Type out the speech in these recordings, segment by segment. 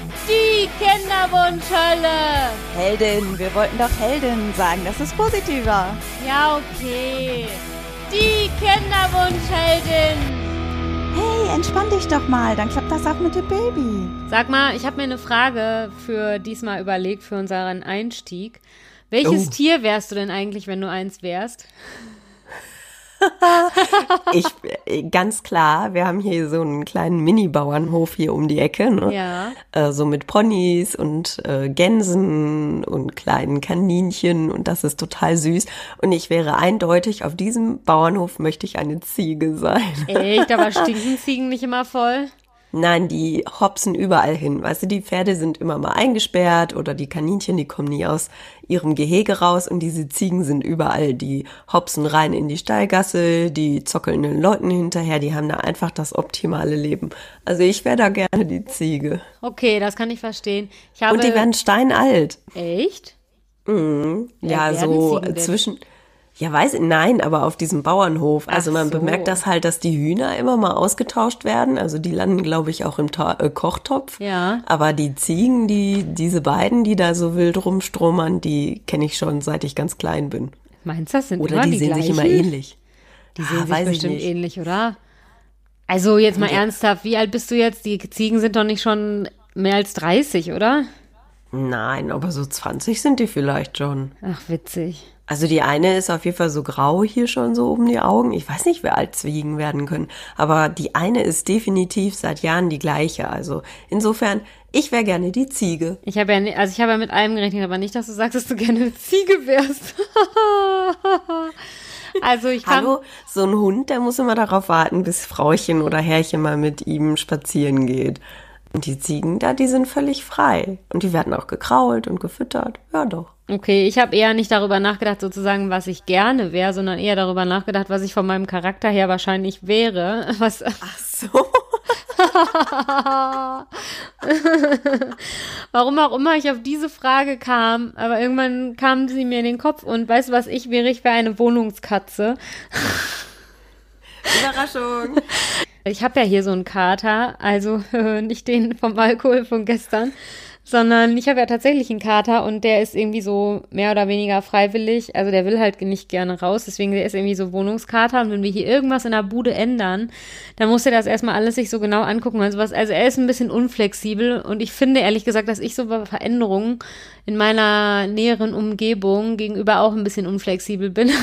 Die Kinderwunschhölle. Heldin, wir wollten doch Heldin sagen, das ist positiver. Ja, okay. Die Kinderwunschheldin. Hey, entspann dich doch mal, dann klappt das auch mit dem Baby. Sag mal, ich habe mir eine Frage für diesmal überlegt, für unseren Einstieg. Welches Tier wärst du denn eigentlich, wenn du eins wärst? Ganz klar, wir haben hier so einen kleinen Mini-Bauernhof hier um die Ecke, ne? Ja. So mit Ponys und Gänsen und kleinen Kaninchen und das ist total süß. Und ich wäre eindeutig, auf diesem Bauernhof möchte ich eine Ziege sein. Echt, aber stinken Ziegen nicht immer voll? Nein, die hopsen überall hin. Weißt du, die Pferde sind immer mal eingesperrt oder die Kaninchen, die kommen nie aus ihrem Gehege raus und diese Ziegen sind überall. Die hopsen rein in die Stallgasse, die zockeln den Leuten hinterher, die haben da einfach das optimale Leben. Also ich wäre da gerne die Ziege. Okay, das kann ich verstehen. Und die werden steinalt. Echt? Mhm. Ja, werden so Ziegen denn? zwischen... Ja, nein, aber auf diesem Bauernhof. Also man bemerkt das halt, dass die Hühner immer mal ausgetauscht werden. Also die landen, glaube ich, auch im Kochtopf. Ja. Aber die Ziegen, diese beiden, die da so wild rumstromern, die kenne ich schon, seit ich ganz klein bin. Meinst du, das sind Oder immer die die sehen gleichen? sich immer ähnlich. Die sehen sich weiß ich bestimmt nicht. ähnlich, oder? Also jetzt mal ernsthaft, wie alt bist du jetzt? Die Ziegen sind doch nicht schon mehr als 30, oder? Nein, aber so 20 sind die vielleicht schon. Ach, witzig. Also die eine ist auf jeden Fall so grau hier schon so um die Augen. Ich weiß nicht, wie alt Ziegen werden können. Aber die eine ist definitiv seit Jahren die gleiche. Also insofern, ich wäre gerne die Ziege. Ich habe ja mit allem gerechnet, aber nicht, dass du sagst, dass du gerne eine Ziege wärst. Also ich kann... Hallo, so ein Hund, der muss immer darauf warten, bis Frauchen oder Herrchen mal mit ihm spazieren geht. Und die Ziegen da, die sind völlig frei. Und die werden auch gekrault und gefüttert. Ja doch. Okay, ich habe eher nicht darüber nachgedacht, sozusagen, was ich gerne wäre, sondern eher darüber nachgedacht, was ich von meinem Charakter her wahrscheinlich wäre. Ach so. Warum auch immer ich auf diese Frage kam, aber irgendwann kam sie mir in den Kopf und weißt du, was ich wäre? Ich wäre eine Wohnungskatze. Überraschung. Ich habe ja hier so einen Kater, also nicht den vom Alkohol von gestern, sondern ich habe ja tatsächlich einen Kater und der ist irgendwie so mehr oder weniger freiwillig, also der will halt nicht gerne raus, deswegen der ist irgendwie so Wohnungskater und wenn wir hier irgendwas in der Bude ändern, dann muss er das erstmal alles sich so genau angucken und sowas. Also er ist ein bisschen unflexibel und ich finde ehrlich gesagt, dass ich so bei Veränderungen in meiner näheren Umgebung gegenüber auch ein bisschen unflexibel bin.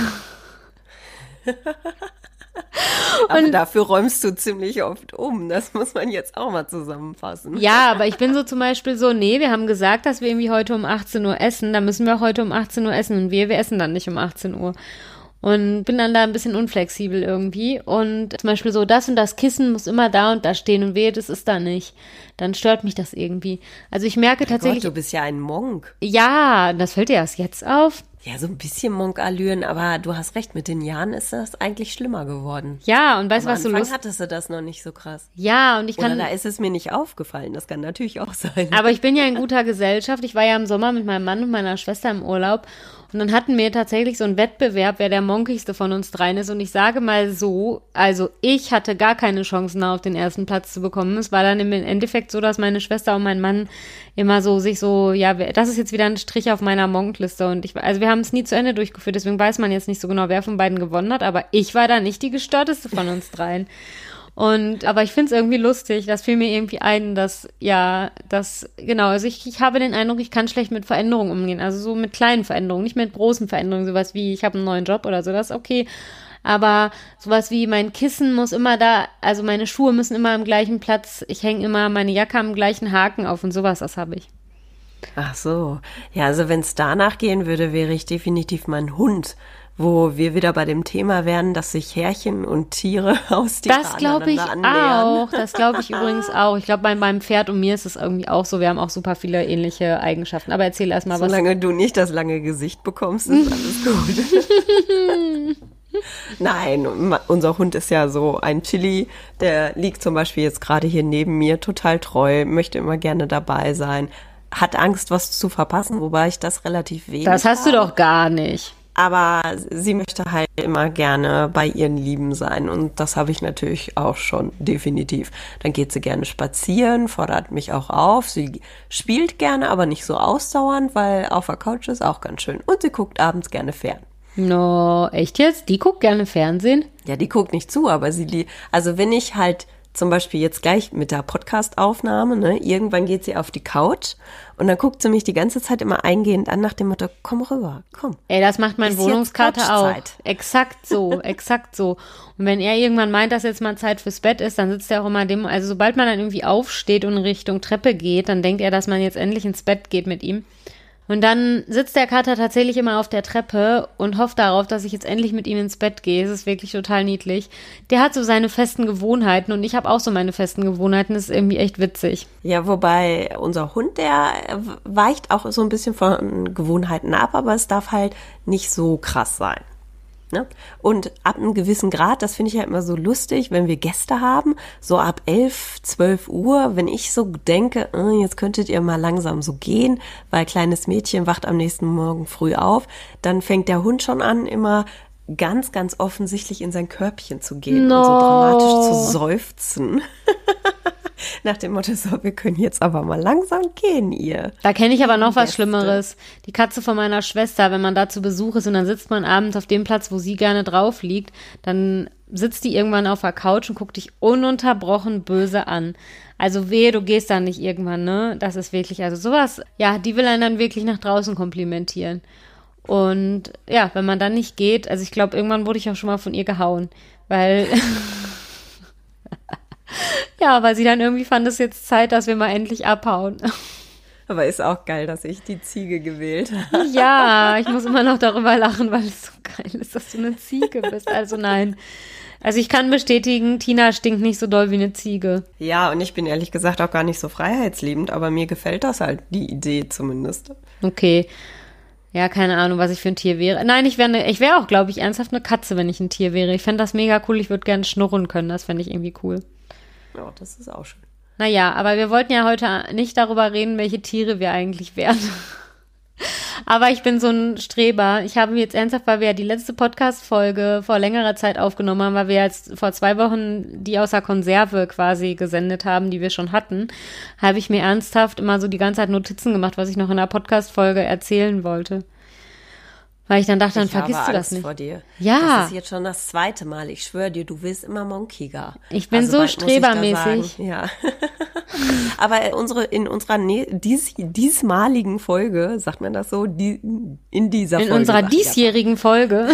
Aber dafür räumst du ziemlich oft um. Das muss man jetzt auch mal zusammenfassen. Ja, aber ich bin so zum Beispiel so, nee, wir haben gesagt, dass wir irgendwie heute um 18 Uhr essen, dann müssen wir auch heute um 18 Uhr essen und wir essen dann nicht um 18 Uhr. Und bin dann da ein bisschen unflexibel irgendwie und zum Beispiel so, das und das Kissen muss immer da und da stehen und wehe, das ist da nicht. Dann stört mich das irgendwie. Also ich merke tatsächlich... Gott, du bist ja ein Monk. Ja, das fällt dir erst jetzt auf. Ja, so ein bisschen Monk-Allüren, aber du hast recht, mit den Jahren ist das eigentlich schlimmer geworden. Ja, und weißt du, was so lustig? Am lustig... hattest du das noch nicht so krass. Ja, und ich kann... Oder da ist es mir nicht aufgefallen, das kann natürlich auch sein. Aber ich bin ja in guter Gesellschaft. Ich war ja im Sommer mit meinem Mann und meiner Schwester im Urlaub. Und dann hatten wir tatsächlich so einen Wettbewerb, wer der monkigste von uns dreien ist. Und ich sage mal so, also ich hatte gar keine Chancen, auf den ersten Platz zu bekommen. Es war dann im Endeffekt so, dass meine Schwester und mein Mann immer so sich so, ja, das ist jetzt wieder ein Strich auf meiner Monkliste. Und also wir haben es nie zu Ende durchgeführt, deswegen weiß man jetzt nicht so genau, wer von beiden gewonnen hat. Aber ich war da nicht die gestörteste von uns dreien. Aber ich finde es irgendwie lustig, das fiel mir irgendwie ein, genau, also ich habe den Eindruck, ich kann schlecht mit Veränderungen umgehen, also so mit kleinen Veränderungen, nicht mit großen Veränderungen, sowas wie, ich habe einen neuen Job oder so, das ist okay, aber sowas wie mein Kissen muss immer da, also meine Schuhe müssen immer am gleichen Platz, ich hänge immer meine Jacke am gleichen Haken auf und sowas, das habe ich. Ach so, ja, also wenn es danach gehen würde, wäre ich definitiv mein Hund, wo wir wieder bei dem Thema wären, dass sich Härchen und Tiere Haustiere Das glaube ich auch. Das glaube ich übrigens auch. Ich glaube, bei meinem Pferd und mir ist es irgendwie auch so. Wir haben auch super viele ähnliche Eigenschaften. Aber erzähl erst mal was. Solange du nicht das lange Gesicht bekommst, ist alles gut. Nein, unser Hund ist ja so ein Chili. Der liegt zum Beispiel jetzt gerade hier neben mir, total treu, möchte immer gerne dabei sein, hat Angst, was zu verpassen, wobei ich das relativ wenig Das hast du habe. doch gar nicht. Aber sie möchte halt immer gerne bei ihren Lieben sein und das habe ich natürlich auch schon, definitiv. Dann geht sie gerne spazieren, fordert mich auch auf. Sie spielt gerne, aber nicht so ausdauernd, weil auf der Couch ist auch ganz schön. Und sie guckt abends gerne fern. No, echt jetzt? Die guckt gerne Fernsehen? Ja, die guckt nicht zu, aber also wenn ich halt zum Beispiel jetzt gleich mit der Podcast-Aufnahme, ne, irgendwann geht sie auf die Couch und dann guckt sie mich die ganze Zeit immer eingehend an nach dem Motto, komm rüber, komm. Ey, das macht mein Ist Wohnungskater auch. Couchzeit. Exakt so, exakt so. Und wenn er irgendwann meint, dass jetzt mal Zeit fürs Bett ist, dann sitzt er auch immer also sobald man dann irgendwie aufsteht und in Richtung Treppe geht, dann denkt er, dass man jetzt endlich ins Bett geht mit ihm. Und dann sitzt der Kater tatsächlich immer auf der Treppe und hofft darauf, dass ich jetzt endlich mit ihm ins Bett gehe. Es ist wirklich total niedlich. Der hat so seine festen Gewohnheiten und ich habe auch so meine festen Gewohnheiten. Das ist irgendwie echt witzig. Ja, wobei unser Hund, der weicht auch so ein bisschen von Gewohnheiten ab, aber es darf halt nicht so krass sein. Ne? Und ab einem gewissen Grad, das finde ich ja immer so lustig, wenn wir Gäste haben, so ab 11, 12 Uhr, wenn ich so denke, jetzt könntet ihr mal langsam so gehen, weil kleines Mädchen wacht am nächsten Morgen früh auf, dann fängt der Hund schon an, immer ganz, ganz offensichtlich in sein Körbchen zu gehen und so dramatisch zu seufzen. Nach dem Motto, so, wir können jetzt aber mal langsam gehen, ihr. Da kenne ich aber noch was Gäste. Schlimmeres. Die Katze von meiner Schwester, wenn man da zu Besuch ist und dann sitzt man abends auf dem Platz, wo sie gerne drauf liegt, dann sitzt die irgendwann auf der Couch und guckt dich ununterbrochen böse an. Also wehe, du gehst dann nicht irgendwann, ne? Das ist wirklich, also sowas, ja, die will einen dann wirklich nach draußen komplimentieren. Und ja, wenn man dann nicht geht, also ich glaube, irgendwann wurde ich auch schon mal von ihr gehauen, weil... Ja, weil sie dann irgendwie fand, es jetzt Zeit, dass wir mal endlich abhauen. Aber ist auch geil, dass ich die Ziege gewählt habe. Ja, ich muss immer noch darüber lachen, weil es so geil ist, dass du eine Ziege bist. Also nein. Also ich kann bestätigen, Tina stinkt nicht so doll wie eine Ziege. Ja, und ich bin ehrlich gesagt auch gar nicht so freiheitsliebend, aber mir gefällt das halt, die Idee zumindest. Okay. Ja, keine Ahnung, was ich für ein Tier wäre. Nein, ich wäre auch, glaube ich, ernsthaft eine Katze, wenn ich ein Tier wäre. Ich fände das mega cool. Ich würde gerne schnurren können. Das fände ich irgendwie cool. Ja, das ist auch schön. Naja, aber wir wollten ja heute nicht darüber reden, welche Tiere wir eigentlich wären. Aber ich bin so ein Streber. Ich habe mir jetzt ernsthaft, weil wir ja die letzte Podcast-Folge vor längerer Zeit aufgenommen haben, weil wir jetzt vor 2 Wochen die aus der Konserve quasi gesendet haben, die wir schon hatten, habe ich mir ernsthaft immer so die ganze Zeit Notizen gemacht, was ich noch in der Podcast-Folge erzählen wollte. Weil ich dann dachte, dann vergisst du das Angst nicht. Vor dir. Ja. Das ist jetzt schon das 2. Mal. Ich schwöre dir, du wirst immer monkiger. Ich bin so bald muss ich da strebermäßig. sagen, ja. Aber in unserer diesmaligen Folge, sagt man das so, in unserer diesjährigen Folge.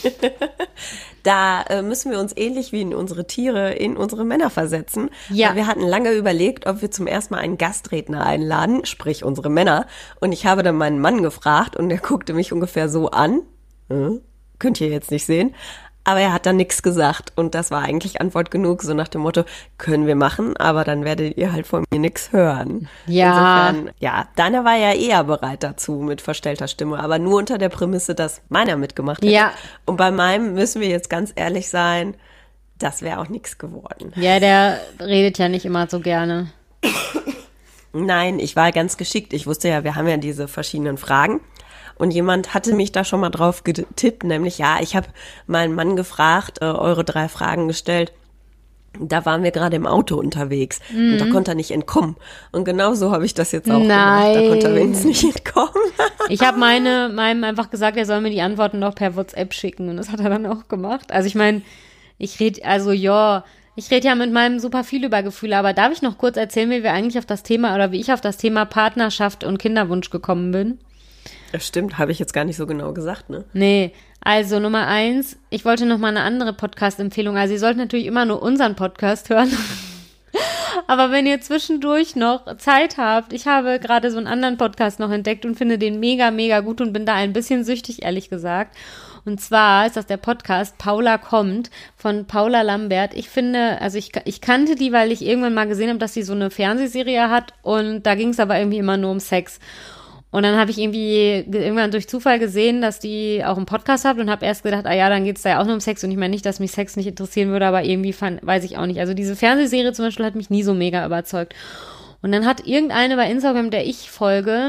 Da müssen wir uns ähnlich wie in unsere Tiere in unsere Männer versetzen. Ja. Weil wir hatten lange überlegt, ob wir zum ersten Mal einen Gastredner einladen, sprich unsere Männer. Und ich habe dann meinen Mann gefragt und er guckte mich ungefähr so an. Könnt ihr jetzt nicht sehen. Aber er hat dann nichts gesagt und das war eigentlich Antwort genug, so nach dem Motto, können wir machen, aber dann werdet ihr halt von mir nichts hören. Ja. Insofern, ja, deiner war ja eher bereit dazu mit verstellter Stimme, aber nur unter der Prämisse, dass meiner mitgemacht hätte. Ja. Und bei meinem müssen wir jetzt ganz ehrlich sein, das wäre auch nichts geworden. Ja, der redet ja nicht immer so gerne. Nein, ich war ganz geschickt. Ich wusste ja, wir haben ja diese verschiedenen Fragen. Und jemand hatte mich da schon mal drauf getippt, nämlich, ja, ich habe meinen Mann gefragt, eure 3 Fragen gestellt. Da waren wir gerade im Auto unterwegs und da konnte er nicht entkommen. Und genau so habe ich das jetzt auch gemacht. Da konnte er wenigstens nicht entkommen. Ich habe meinem einfach gesagt, er soll mir die Antworten noch per WhatsApp schicken und das hat er dann auch gemacht. Also ich meine, ich rede ja mit meinem super viel über Gefühle, aber darf ich noch kurz erzählen, wie wir eigentlich auf das Thema oder wie ich auf das Thema Partnerschaft und Kinderwunsch gekommen bin? Das stimmt, habe ich jetzt gar nicht so genau gesagt, ne? Nee, also Nummer 1, ich wollte noch mal eine andere Podcast-Empfehlung. Also ihr sollt natürlich immer nur unseren Podcast hören. Aber wenn ihr zwischendurch noch Zeit habt, ich habe gerade so einen anderen Podcast noch entdeckt und finde den mega, mega gut und bin da ein bisschen süchtig, ehrlich gesagt. Und zwar ist das der Podcast Paula kommt von Paula Lambert. Ich finde, also ich kannte die, weil ich irgendwann mal gesehen habe, dass sie so eine Fernsehserie hat und da ging es aber irgendwie immer nur um Sex. Und dann habe ich irgendwann durch Zufall gesehen, dass die auch einen Podcast hat und habe erst gedacht, dann geht's da ja auch nur um Sex. Und ich meine nicht, dass mich Sex nicht interessieren würde, aber irgendwie weiß ich auch nicht. Also diese Fernsehserie zum Beispiel hat mich nie so mega überzeugt. Und dann hat irgendeine bei Instagram, der ich folge,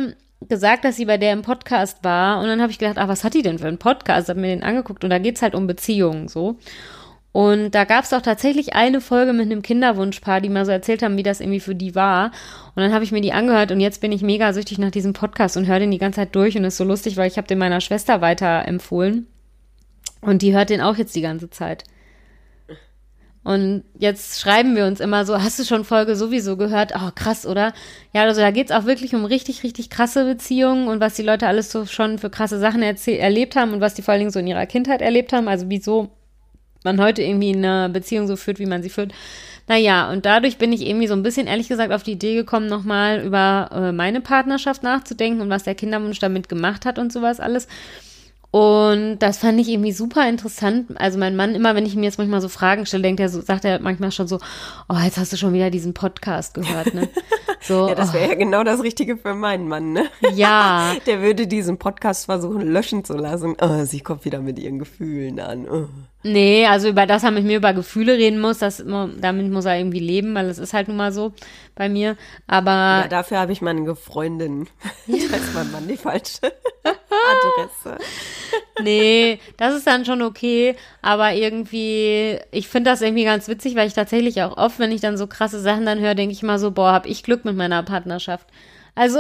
gesagt, dass sie bei der im Podcast war und dann habe ich gedacht, was hat die denn für einen Podcast? Habe mir den angeguckt und da geht's halt um Beziehungen so. Und da gab's auch tatsächlich eine Folge mit einem Kinderwunschpaar, die mal so erzählt haben, wie das irgendwie für die war. Und dann habe ich mir die angehört und jetzt bin ich mega süchtig nach diesem Podcast und höre den die ganze Zeit durch und ist so lustig, weil ich habe den meiner Schwester weiterempfohlen und die hört den auch jetzt die ganze Zeit. Und jetzt schreiben wir uns immer so, hast du schon Folge sowieso gehört? Oh, krass, oder? Ja, also da geht's auch wirklich um richtig, richtig krasse Beziehungen und was die Leute alles so schon für krasse Sachen erlebt haben und was die vor allen Dingen so in ihrer Kindheit erlebt haben. Also wieso man heute irgendwie eine Beziehung so führt, wie man sie führt. Naja, und dadurch bin ich irgendwie so ein bisschen, ehrlich gesagt, auf die Idee gekommen, nochmal über meine Partnerschaft nachzudenken und was der Kinderwunsch damit gemacht hat und sowas alles. Und das fand ich irgendwie super interessant. Also mein Mann, immer wenn ich ihm jetzt manchmal so Fragen stelle, sagt er manchmal schon so, oh, jetzt hast du schon wieder diesen Podcast gehört, ne? So, ja, das wäre ja genau das Richtige für meinen Mann, ne? Ja. Der würde diesen Podcast versuchen löschen zu lassen. Oh, sie kommt wieder mit ihren Gefühlen an. Oh. Nee, also über das er mit mir über Gefühle reden muss, damit muss er irgendwie leben, weil es ist halt nun mal so bei mir. Aber ja, dafür habe ich meine Freundin. Da ist mein Mann die falsche Adresse. Nee, das ist dann schon okay, aber irgendwie, ich finde das irgendwie ganz witzig, weil ich tatsächlich auch oft, wenn ich dann so krasse Sachen dann höre, denke ich mal so, boah, hab ich Glück mit meiner Partnerschaft. Also,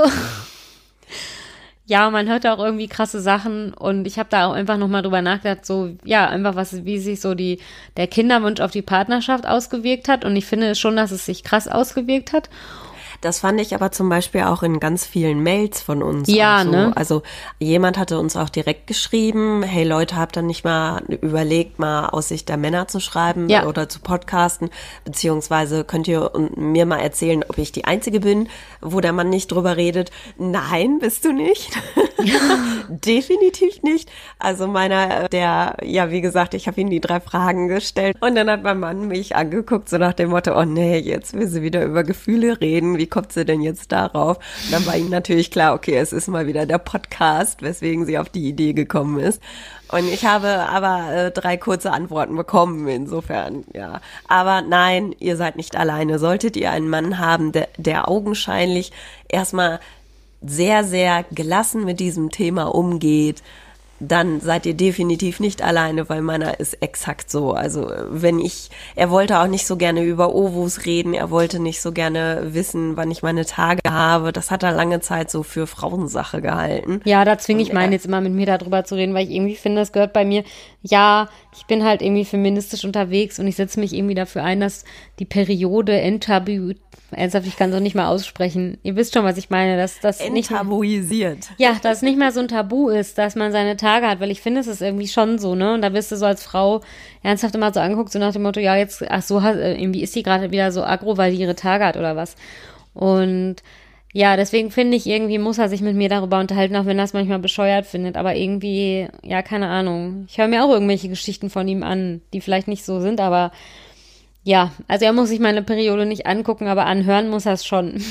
ja, man hört da auch irgendwie krasse Sachen und ich habe da auch einfach nochmal drüber nachgedacht, so, ja, einfach wie sich so der Kinderwunsch auf die Partnerschaft ausgewirkt hat und ich finde schon, dass es sich krass ausgewirkt hat. Das fand ich aber zum Beispiel auch in ganz vielen Mails von uns. Ja, so. Ne? Also jemand hatte uns auch direkt geschrieben, hey Leute, habt ihr nicht mal überlegt, mal aus Sicht der Männer zu schreiben oder zu podcasten, beziehungsweise könnt ihr mir mal erzählen, ob ich die Einzige bin, wo der Mann nicht drüber redet. Nein, bist du nicht. Definitiv nicht. Also wie gesagt, ich habe ihm die 3 Fragen gestellt und dann hat mein Mann mich angeguckt, so nach dem Motto, oh nee, jetzt will sie wieder über Gefühle reden, wie kommt sie denn jetzt darauf? Und dann war ihm natürlich klar, okay, es ist mal wieder der Podcast, weswegen sie auf die Idee gekommen ist. Und ich habe aber 3 kurze Antworten bekommen, insofern, ja. Aber nein, ihr seid nicht alleine. Solltet ihr einen Mann haben, der augenscheinlich erstmal sehr, sehr gelassen mit diesem Thema umgeht, dann seid ihr definitiv nicht alleine, weil meiner ist exakt so. Also er wollte auch nicht so gerne über Ovus reden, er wollte nicht so gerne wissen, wann ich meine Tage habe. Das hat er lange Zeit so für Frauensache gehalten. Ja, da zwinge ich meinen jetzt immer mit mir darüber zu reden, weil ich irgendwie finde, das gehört bei mir, ja, ich bin halt irgendwie feministisch unterwegs und ich setze mich irgendwie dafür ein, dass die Periode ernsthaft, ich kann es auch nicht mal aussprechen. Ihr wisst schon, was ich meine, dass das nicht enttabuisiert. Ja, dass es nicht mehr so ein Tabu ist, dass man seine Tage hat, weil ich finde, es ist irgendwie schon so, ne? Und da wirst du so als Frau ernsthaft immer so angeguckt, so nach dem Motto, ja, jetzt, ach so, irgendwie ist die gerade wieder so aggro, weil die ihre Tage hat oder was. Und ja, deswegen finde ich, irgendwie muss er sich mit mir darüber unterhalten, auch wenn er es manchmal bescheuert findet. Aber irgendwie, ja, keine Ahnung. Ich höre mir auch irgendwelche Geschichten von ihm an, die vielleicht nicht so sind, aber ja, also er muss sich meine Periode nicht angucken, aber anhören muss er es schon.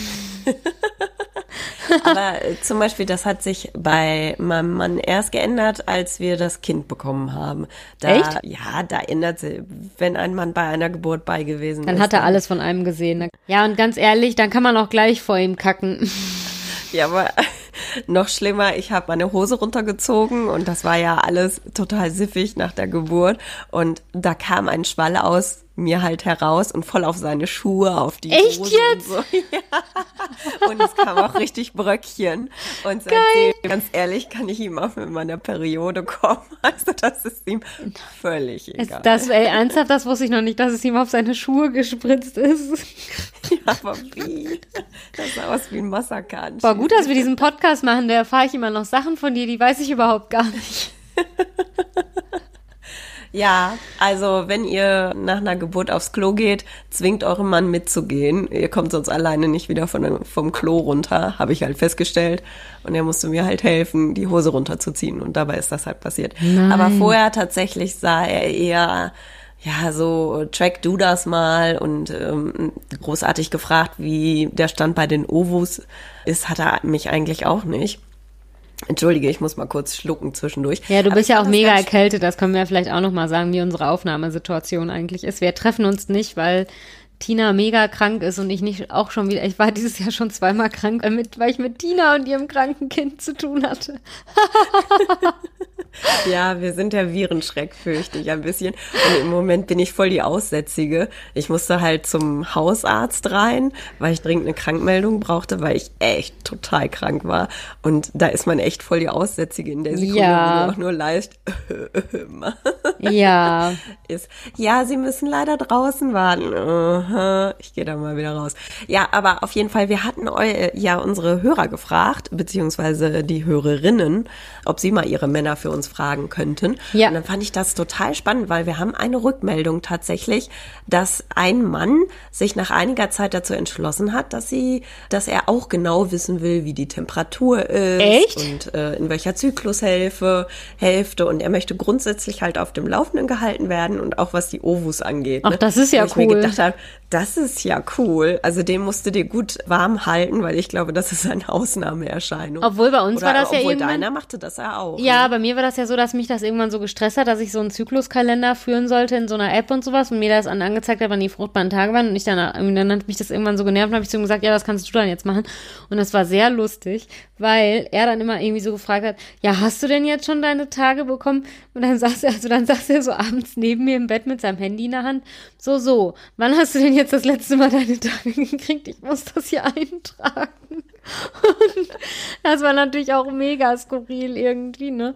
Aber zum Beispiel, das hat sich bei meinem Mann erst geändert, als wir das Kind bekommen haben. Echt? Ja, da ändert sich, wenn ein Mann bei einer Geburt bei gewesen ist. Dann hat er alles von einem gesehen. Ja, und ganz ehrlich, dann kann man auch gleich vor ihm kacken. Ja, aber noch schlimmer, ich habe meine Hose runtergezogen und das war ja alles total siffig nach der Geburt und da kam ein Schwall aus mir halt heraus und voll auf seine Schuhe, auf die Echt Hose jetzt? und so. Ja. Und es kam auch richtig Bröckchen und seitdem, ganz ehrlich, kann ich ihm auch mit meiner Periode kommen. Also das ist ihm völlig egal. Ernsthaft, das wusste ich noch nicht, dass es ihm auf seine Schuhe gespritzt ist. Ja, aber wie? Das sah aus wie ein Massaker. Boah, gut, dass wir diesen Podcast machen, da erfahre ich immer noch Sachen von dir, die weiß ich überhaupt gar nicht. Ja, also wenn ihr nach einer Geburt aufs Klo geht, zwingt euren Mann mitzugehen. Ihr kommt sonst alleine nicht wieder vom Klo runter, habe ich halt festgestellt. Und er musste mir halt helfen, die Hose runterzuziehen. Und dabei ist das halt passiert. Nein. Aber vorher tatsächlich sah er eher, ja, so track du das mal und großartig gefragt, wie der Stand bei den Ovus ist, hat er mich eigentlich auch nicht. Entschuldige, ich muss mal kurz schlucken zwischendurch. Ja, du bist ja auch mega erkältet, das können wir vielleicht auch noch mal sagen, wie unsere Aufnahmesituation eigentlich ist. Wir treffen uns nicht, weil Tina mega krank ist und ich nicht auch schon wieder, ich war dieses Jahr schon 2-mal krank, weil ich mit Tina und ihrem kranken Kind zu tun hatte. Ja, wir sind der Virenschreck, fürchte ich ein bisschen. Und im Moment bin ich voll die Aussätzige. Ich musste halt zum Hausarzt rein, weil ich dringend eine Krankmeldung brauchte, weil ich echt total krank war. Und da ist man echt voll die Aussätzige in der Sekunde, wo du auch nur leicht Ja. ist. Ja, Sie müssen leider draußen warten. Ich gehe da mal wieder raus. Ja, aber auf jeden Fall, wir hatten ja unsere Hörer gefragt, beziehungsweise die Hörerinnen, ob sie mal ihre Männer für uns fragen könnten. Ja. Und dann fand ich das total spannend, weil wir haben eine Rückmeldung tatsächlich, dass ein Mann sich nach einiger Zeit dazu entschlossen hat, dass er auch genau wissen will, wie die Temperatur ist. Echt? Und in welcher Zyklushälfte. Und er möchte grundsätzlich halt auf dem Laufenden gehalten werden und auch was die Ovus angeht. Ach, das ist ja Wo ich cool. mir gedacht habe, das ist ja cool. Also den musst du dir gut warm halten, weil ich glaube, das ist eine Ausnahmeerscheinung. Obwohl bei uns war das ja obwohl irgendwann... deiner machte das ja auch. Ja, ne? bei mir war das ja so, dass mich das irgendwann so gestresst hat, dass ich so einen Zykluskalender führen sollte in so einer App und sowas und mir das angezeigt hat, wann die fruchtbaren Tage waren und dann hat mich das irgendwann so genervt und habe ich zu ihm gesagt, ja, das kannst du dann jetzt machen. Und das war sehr lustig, weil er dann immer irgendwie so gefragt hat, ja, hast du denn jetzt schon deine Tage bekommen? Und dann saß er so abends neben mir im Bett mit seinem Handy in der Hand, so, wann hast du denn jetzt das letzte Mal deine Tage gekriegt? Ich muss das hier eintragen. Und das war natürlich auch mega skurril irgendwie, ne?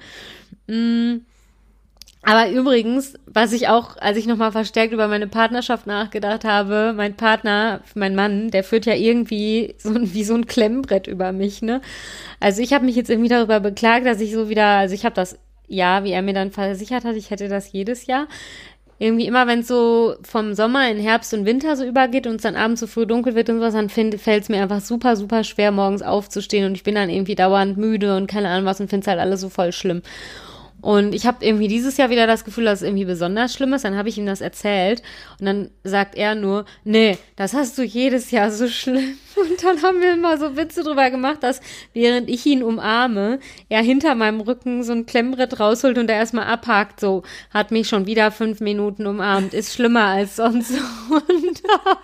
Aber übrigens, was ich auch, als ich nochmal verstärkt über meine Partnerschaft nachgedacht habe, mein Partner, mein Mann, der führt ja irgendwie wie so ein Klemmbrett über mich, ne? Also ich habe mich jetzt irgendwie darüber beklagt, dass ich so wieder, also ich habe das Jahr, wie er mir dann versichert hat, ich hätte das jedes Jahr. Irgendwie immer, wenn es so vom Sommer in Herbst und Winter so übergeht und es dann abends so früh dunkel wird und sowas, dann fällt es mir einfach super, super schwer, morgens aufzustehen und ich bin dann irgendwie dauernd müde und keine Ahnung was und finde es halt alles so voll schlimm. Und ich habe irgendwie dieses Jahr wieder das Gefühl, dass es irgendwie besonders schlimm ist. Dann habe ich ihm das erzählt und dann sagt er nur, nee, das hast du jedes Jahr so schlimm. Und dann haben wir immer so Witze drüber gemacht, dass während ich ihn umarme, er hinter meinem Rücken so ein Klemmbrett rausholt und er erstmal abhakt, so, hat mich schon wieder 5 Minuten umarmt, ist schlimmer als sonst. Und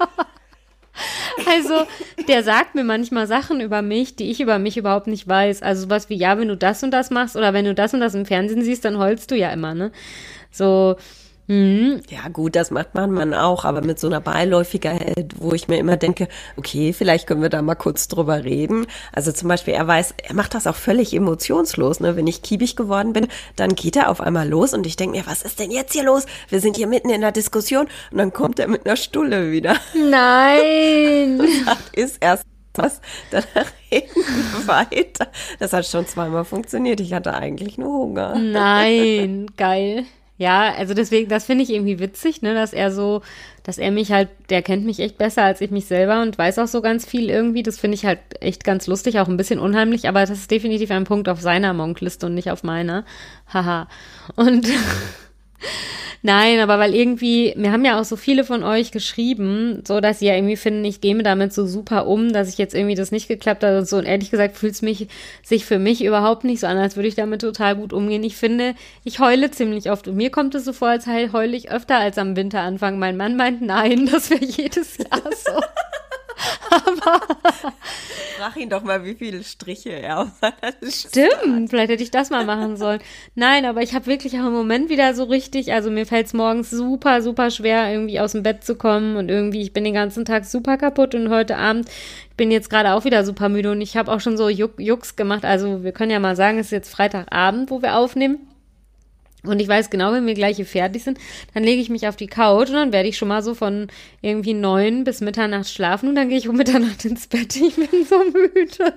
also, der sagt mir manchmal Sachen über mich, die ich über mich überhaupt nicht weiß. Also sowas wie, ja, wenn du das und das machst oder wenn du das und das im Fernsehen siehst, dann heulst du ja immer, ne? So, Ja gut, das macht man auch, aber mit so einer Beiläufigkeit, wo ich mir immer denke, okay, vielleicht können wir da mal kurz drüber reden. Also zum Beispiel, er macht das auch völlig emotionslos, ne? Wenn ich kiebig geworden bin, dann geht er auf einmal los und ich denke mir, was ist denn jetzt hier los? Wir sind hier mitten in der Diskussion und dann kommt er mit einer Stulle wieder. nein! Und sagt, ist erst was, dann reden wir weiter. Das hat schon 2-mal funktioniert. Ich hatte eigentlich nur Hunger. Nein, geil. Ja, also deswegen, das finde ich irgendwie witzig, ne, dass er mich halt, der kennt mich echt besser als ich mich selber und weiß auch so ganz viel irgendwie. Das finde ich halt echt ganz lustig, auch ein bisschen unheimlich, aber das ist definitiv ein Punkt auf seiner Monkliste und nicht auf meiner. Haha. Und nein, aber weil irgendwie, mir haben ja auch so viele von euch geschrieben, so dass sie ja irgendwie finden, ich gehe mir damit so super um, dass ich jetzt irgendwie das nicht geklappt hat und so. Und ehrlich gesagt fühlt es sich für mich überhaupt nicht so an, als würde ich damit total gut umgehen. Ich finde, ich heule ziemlich oft und mir kommt es so vor, als heule ich öfter als am Winteranfang. Mein Mann meint, nein, das wäre jedes Jahr so. Aber Frag ihn doch mal, wie viele Striche er auf seiner Liste stimmt, vielleicht hätte ich das mal machen sollen. Nein, aber ich habe wirklich auch im Moment wieder so richtig, also mir fällt es morgens super, super schwer, irgendwie aus dem Bett zu kommen und irgendwie, ich bin den ganzen Tag super kaputt und heute Abend, ich bin jetzt gerade auch wieder super müde und ich habe auch schon so Jucks gemacht, also wir können ja mal sagen, es ist jetzt Freitagabend, wo wir aufnehmen. Und ich weiß genau, wenn wir gleich hier fertig sind, dann lege ich mich auf die Couch und dann werde ich schon mal so von irgendwie 9 bis Mitternacht schlafen und dann gehe ich um Mitternacht ins Bett. Ich bin so müde.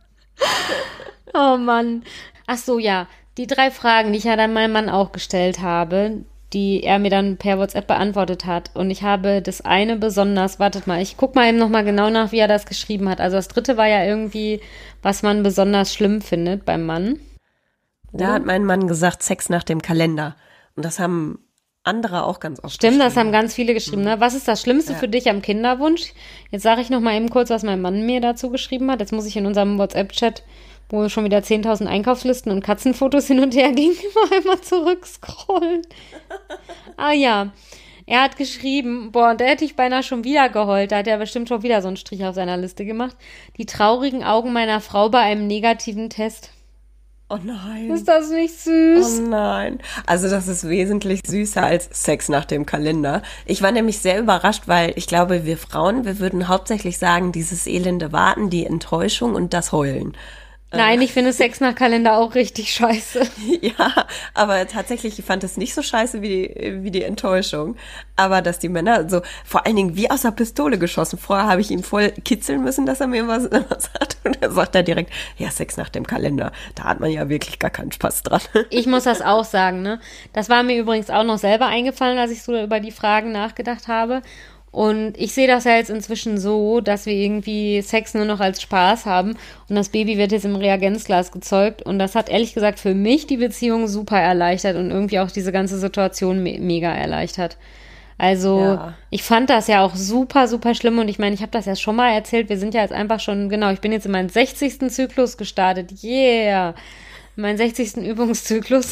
Oh Mann. Ach so, ja. Die 3 Fragen, die ich ja dann meinem Mann auch gestellt habe, die er mir dann per WhatsApp beantwortet hat. Und ich habe das eine besonders, wartet mal, ich gucke mal eben nochmal genau nach, wie er das geschrieben hat. Also das 3. war ja irgendwie, was man besonders schlimm findet beim Mann. Da hat mein Mann gesagt, Sex nach dem Kalender. Und das haben andere auch ganz oft Stimmt, das geschrieben. haben ganz viele geschrieben. Ne? Was ist das Schlimmste für dich am Kinderwunsch? Jetzt sage ich noch mal eben kurz, was mein Mann mir dazu geschrieben hat. Jetzt muss ich in unserem WhatsApp-Chat, wo schon wieder 10.000 Einkaufslisten und Katzenfotos hin und her gingen, mal einmal zurückscrollen. Ah ja, Er hat geschrieben, boah, und da hätte ich beinahe schon wieder geheult, da hat er bestimmt schon wieder so einen Strich auf seiner Liste gemacht. Die traurigen Augen meiner Frau bei einem negativen Test. Oh nein. Ist das nicht süß? Oh nein. Also das ist wesentlich süßer als Sex nach dem Kalender. Ich war nämlich sehr überrascht, weil ich glaube, wir Frauen, wir würden hauptsächlich sagen, dieses elende Warten, die Enttäuschung und das Heulen. Nein, ich finde Sex nach Kalender auch richtig scheiße. Ja, aber tatsächlich, ich fand es nicht so scheiße wie die Enttäuschung. Aber dass die Männer so, vor allen Dingen wie aus der Pistole geschossen. Vorher habe ich ihn voll kitzeln müssen, dass er mir was sagt. Und dann sagt er direkt, ja, Sex nach dem Kalender. Da hat man ja wirklich gar keinen Spaß dran. Ich muss das auch sagen, ne? Das war mir übrigens auch noch selber eingefallen, als ich so über die Fragen nachgedacht habe. Und ich sehe das ja jetzt inzwischen so, dass wir irgendwie Sex nur noch als Spaß haben und das Baby wird jetzt im Reagenzglas gezeugt und das hat ehrlich gesagt für mich die Beziehung super erleichtert und irgendwie auch diese ganze Situation mega erleichtert. Also Ja. ich fand das ja auch super, super schlimm und ich meine, ich habe das ja schon mal erzählt, wir sind ja jetzt einfach schon, genau, ich bin jetzt in meinen 60. Zyklus gestartet, yeah, meinen 60. Übungszyklus.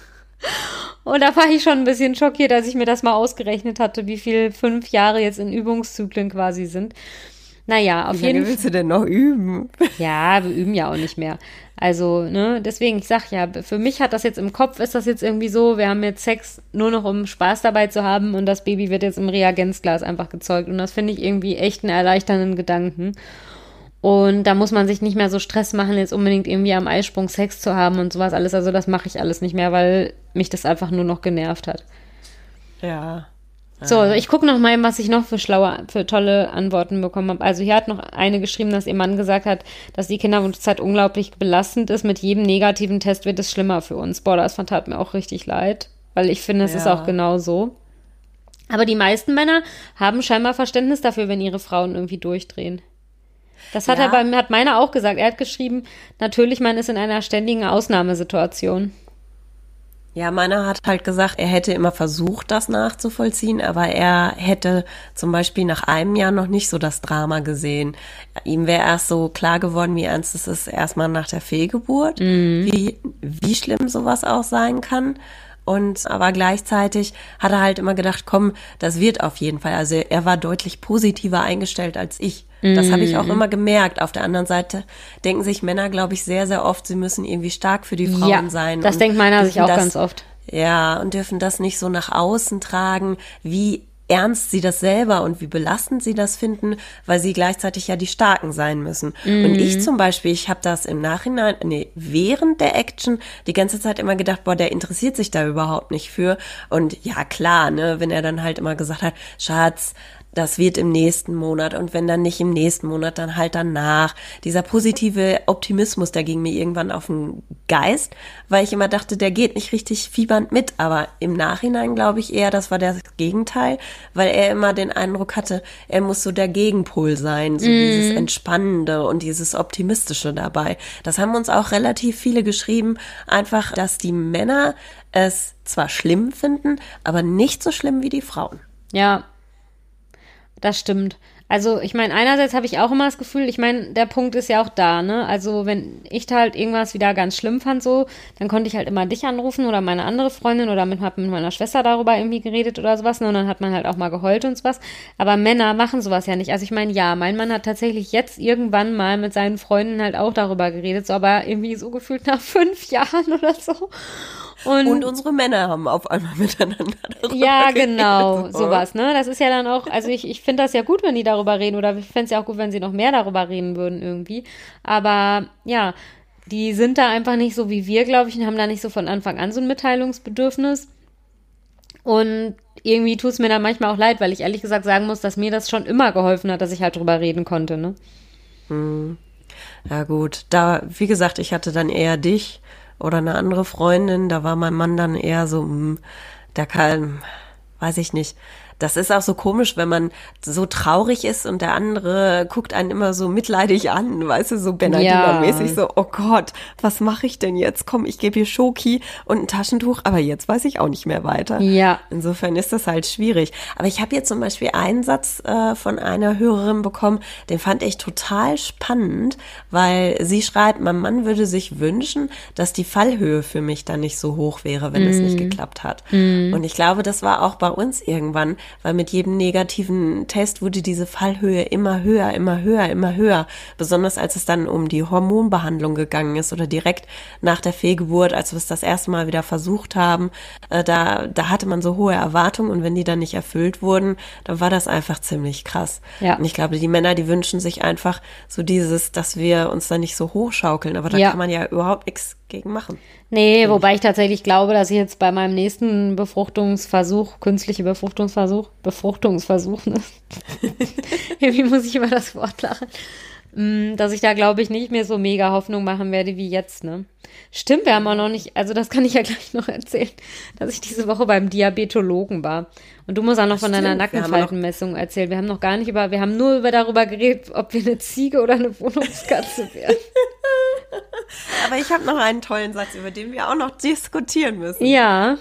Und da war ich schon ein bisschen schockiert, als ich mir das mal ausgerechnet hatte, wie viel 5 Jahre jetzt in Übungszyklen quasi sind. Naja, auf Wie jeden lange Fall. willst du denn noch üben? Ja, wir üben ja auch nicht mehr. Also, ne, deswegen, ich sag ja, für mich hat das jetzt im Kopf, ist das jetzt irgendwie so, wir haben jetzt Sex nur noch, um Spaß dabei zu haben und das Baby wird jetzt im Reagenzglas einfach gezeugt. Und das finde ich irgendwie echt einen erleichternden Gedanken. Und da muss man sich nicht mehr so Stress machen, jetzt unbedingt irgendwie am Eisprung Sex zu haben und sowas alles. Also das mache ich alles nicht mehr, weil mich das einfach nur noch genervt hat. Ja. So, ich gucke noch mal, was ich noch für tolle Antworten bekommen habe. Also hier hat noch eine geschrieben, dass ihr Mann gesagt hat, dass die Kinderwunschzeit unglaublich belastend ist. Mit jedem negativen Test wird es schlimmer für uns. Boah, das tat mir auch richtig leid, weil ich finde, es ist auch genau so. Aber die meisten Männer haben scheinbar Verständnis dafür, wenn ihre Frauen irgendwie durchdrehen. Das hat Ja. hat meiner auch gesagt. Er hat geschrieben, natürlich, man ist in einer ständigen Ausnahmesituation. Ja, meiner hat halt gesagt, er hätte immer versucht, das nachzuvollziehen, aber er hätte zum Beispiel nach einem Jahr noch nicht so das Drama gesehen. Ihm wäre erst so klar geworden, wie ernst es ist, erstmal nach der Fehlgeburt, wie schlimm sowas auch sein kann. Und aber gleichzeitig hat er halt immer gedacht, komm, das wird auf jeden Fall. Also er war deutlich positiver eingestellt als ich. Das habe ich auch immer gemerkt. Auf der anderen Seite denken sich Männer, glaube ich, sehr, sehr oft, sie müssen irgendwie stark für die Frauen sein. Das und denkt meiner sich dürfen auch das, ganz oft. Ja, und dürfen das nicht so nach außen tragen, wie ernst sie das selber und wie belastend sie das finden, weil sie gleichzeitig ja die Starken sein müssen. Und ich zum Beispiel, ich habe das im Nachhinein, während der Action die ganze Zeit immer gedacht, boah, der interessiert sich da überhaupt nicht für. Und ja, klar, ne, wenn er dann halt immer gesagt hat, Schatz, das wird im nächsten Monat und wenn dann nicht im nächsten Monat, dann halt danach. Dieser positive Optimismus, der ging mir irgendwann auf den Geist, weil ich immer dachte, der geht nicht richtig fiebernd mit. Aber im Nachhinein glaube ich eher, das war das Gegenteil, weil er immer den Eindruck hatte, er muss so der Gegenpol sein, so dieses Entspannende und dieses Optimistische dabei. Das haben uns auch relativ viele geschrieben, einfach, dass die Männer es zwar schlimm finden, aber nicht so schlimm wie die Frauen. Ja, das stimmt. Also ich meine, einerseits habe ich auch immer das Gefühl, ich meine, der Punkt ist ja auch da, ne? Also wenn ich da halt irgendwas wieder ganz schlimm fand so, dann konnte ich halt immer dich anrufen oder meine andere Freundin oder hab mit meiner Schwester darüber irgendwie geredet oder sowas, ne? Und dann hat man halt auch mal geheult und sowas. Aber Männer machen sowas ja nicht. Also ich meine, ja, mein Mann hat tatsächlich jetzt irgendwann mal mit seinen Freunden halt auch darüber geredet, so aber irgendwie so gefühlt nach 5 Jahren oder so. Und unsere Männer haben auf einmal miteinander darüber Ja, geredet. genau, sowas, ne? Das ist ja dann auch, also ich finde das ja gut, wenn die darüber reden oder ich fände es ja auch gut, wenn sie noch mehr darüber reden würden irgendwie. Aber ja, die sind da einfach nicht so wie wir, glaube ich, und haben da nicht so von Anfang an so ein Mitteilungsbedürfnis. Und irgendwie tut es mir dann manchmal auch leid, weil ich ehrlich gesagt sagen muss, dass mir das schon immer geholfen hat, dass ich halt drüber reden konnte, ne? Ja gut, da, wie gesagt, ich hatte dann eher dich oder eine andere Freundin, da war mein Mann dann eher so, der kann, weiß ich nicht, Das ist auch so komisch, wenn man so traurig ist und der andere guckt einen immer so mitleidig an, weißt du, so Bernardiner-mäßig, so, oh Gott, was mache ich denn jetzt? Komm, ich gebe ihr Schoki und ein Taschentuch, aber jetzt weiß ich auch nicht mehr weiter. Ja. Insofern ist das halt schwierig. Aber ich habe jetzt zum Beispiel einen Satz von einer Hörerin bekommen, den fand ich total spannend, weil sie schreibt, mein Mann würde sich wünschen, dass die Fallhöhe für mich dann nicht so hoch wäre, wenn es nicht geklappt hat. Und ich glaube, das war auch bei uns irgendwann, weil mit jedem negativen Test wurde diese Fallhöhe immer höher, immer höher, immer höher. Besonders als es dann um die Hormonbehandlung gegangen ist oder direkt nach der Fehlgeburt, als wir es das erste Mal wieder versucht haben, da hatte man so hohe Erwartungen und wenn die dann nicht erfüllt wurden, dann war das einfach ziemlich krass. Ja. Und ich glaube, die Männer, die wünschen sich einfach so dieses, dass wir uns da nicht so hochschaukeln, aber da kann man ja überhaupt nichts gegen machen. Nee, wobei ich tatsächlich glaube, dass ich jetzt bei meinem nächsten Befruchtungsversuch, ne? Irgendwie muss ich über das Wort lachen, dass ich da, glaube ich, nicht mehr so mega Hoffnung machen werde wie jetzt, ne? Stimmt, wir haben auch noch nicht, also das kann ich ja gleich noch erzählen, dass ich diese Woche beim Diabetologen war. Und du musst auch noch von deiner Nackenfaltenmessung erzählen. Wir haben nur darüber geredet, ob wir eine Ziege oder eine Wohnungskatze werden. Aber ich habe noch einen tollen Satz, über den wir auch noch diskutieren müssen. Ja.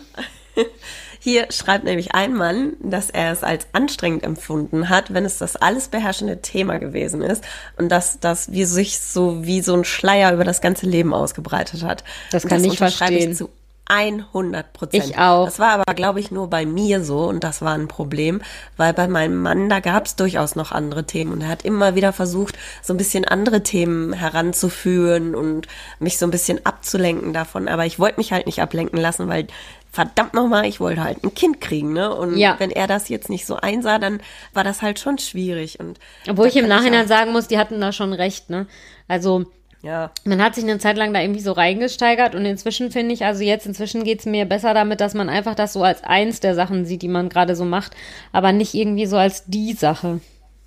Hier schreibt nämlich ein Mann, dass er es als anstrengend empfunden hat, wenn es das alles beherrschende Thema gewesen ist und dass das wie sich so wie so ein Schleier über das ganze Leben ausgebreitet hat. Das kann ich verstehen. Ich zu 100%. Ich auch. Das war aber, glaube ich, nur bei mir so und das war ein Problem, weil bei meinem Mann, da gab es durchaus noch andere Themen und er hat immer wieder versucht, so ein bisschen andere Themen heranzuführen und mich so ein bisschen abzulenken davon, aber ich wollte mich halt nicht ablenken lassen, weil verdammt nochmal, ich wollte halt ein Kind kriegen, ne? Und wenn er das jetzt nicht so einsah, dann war das halt schon schwierig. Und obwohl ich im Nachhinein sagen muss, die hatten da schon recht, ne? Also ja. Man hat sich eine Zeit lang da irgendwie so reingesteigert und inzwischen finde ich, also jetzt inzwischen geht es mir besser damit, dass man einfach das so als eins der Sachen sieht, die man gerade so macht, aber nicht irgendwie so als die Sache.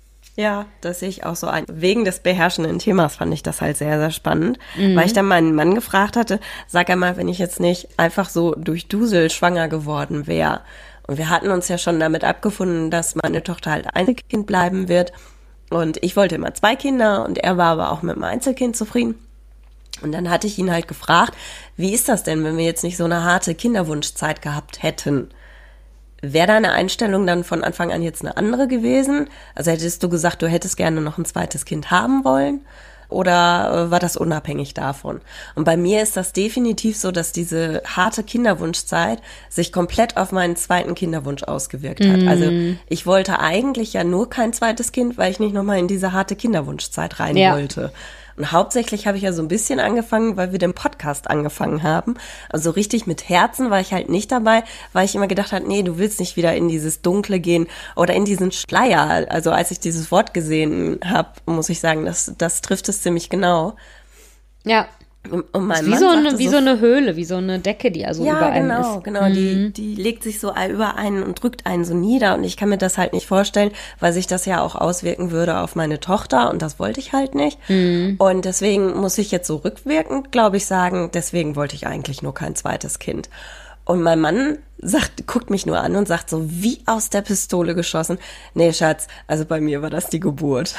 Ja, das sehe ich auch so ein. Wegen des beherrschenden Themas fand ich das halt sehr, sehr spannend, weil ich dann meinen Mann gefragt hatte, sag einmal, wenn ich jetzt nicht einfach so durch Dusel schwanger geworden wäre. Und wir hatten uns ja schon damit abgefunden, dass meine Tochter halt Einzelkind bleiben wird. Und ich wollte immer 2 Kinder und er war aber auch mit einem Einzelkind zufrieden. Und dann hatte ich ihn halt gefragt, wie ist das denn, wenn wir jetzt nicht so eine harte Kinderwunschzeit gehabt hätten? Wäre deine Einstellung dann von Anfang an jetzt eine andere gewesen? Also hättest du gesagt, du hättest gerne noch ein zweites Kind haben wollen? Oder war das unabhängig davon? Und bei mir ist das definitiv so, dass diese harte Kinderwunschzeit sich komplett auf meinen zweiten Kinderwunsch ausgewirkt hat. Also ich wollte eigentlich ja nur kein zweites Kind, weil ich nicht nochmal in diese harte Kinderwunschzeit rein wollte. Und hauptsächlich habe ich ja so ein bisschen angefangen, weil wir den Podcast angefangen haben. Also richtig mit Herzen war ich halt nicht dabei, weil ich immer gedacht habe, nee, du willst nicht wieder in dieses Dunkle gehen oder in diesen Schleier. Also als ich dieses Wort gesehen habe, muss ich sagen, das trifft es ziemlich genau. Ja. Und mein wie, Mann so eine Höhle, wie so eine Decke, die also über einem ist. Ja, genau. Die legt sich so über einen und drückt einen so nieder und ich kann mir das halt nicht vorstellen, weil sich das ja auch auswirken würde auf meine Tochter und das wollte ich halt nicht. Und deswegen muss ich jetzt so rückwirkend, glaube ich, sagen, deswegen wollte ich eigentlich nur kein zweites Kind. Und mein Mann guckt mich nur an und sagt so wie aus der Pistole geschossen, nee, Schatz, also bei mir war das die Geburt.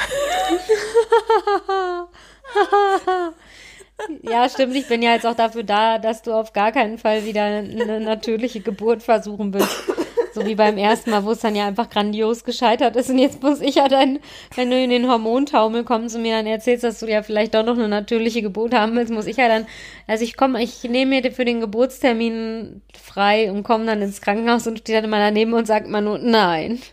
Ja, stimmt. Ich bin ja jetzt auch dafür da, dass du auf gar keinen Fall wieder eine natürliche Geburt versuchen willst. So wie beim ersten Mal, wo es dann ja einfach grandios gescheitert ist. Und jetzt muss ich ja dann, wenn du in den Hormontaumel kommst und mir dann erzählst, dass du ja vielleicht doch noch eine natürliche Geburt haben willst, muss ich ja dann, also ich nehme mir für den Geburtstermin frei und komme dann ins Krankenhaus und stehe dann immer daneben und sage immer nur, nein.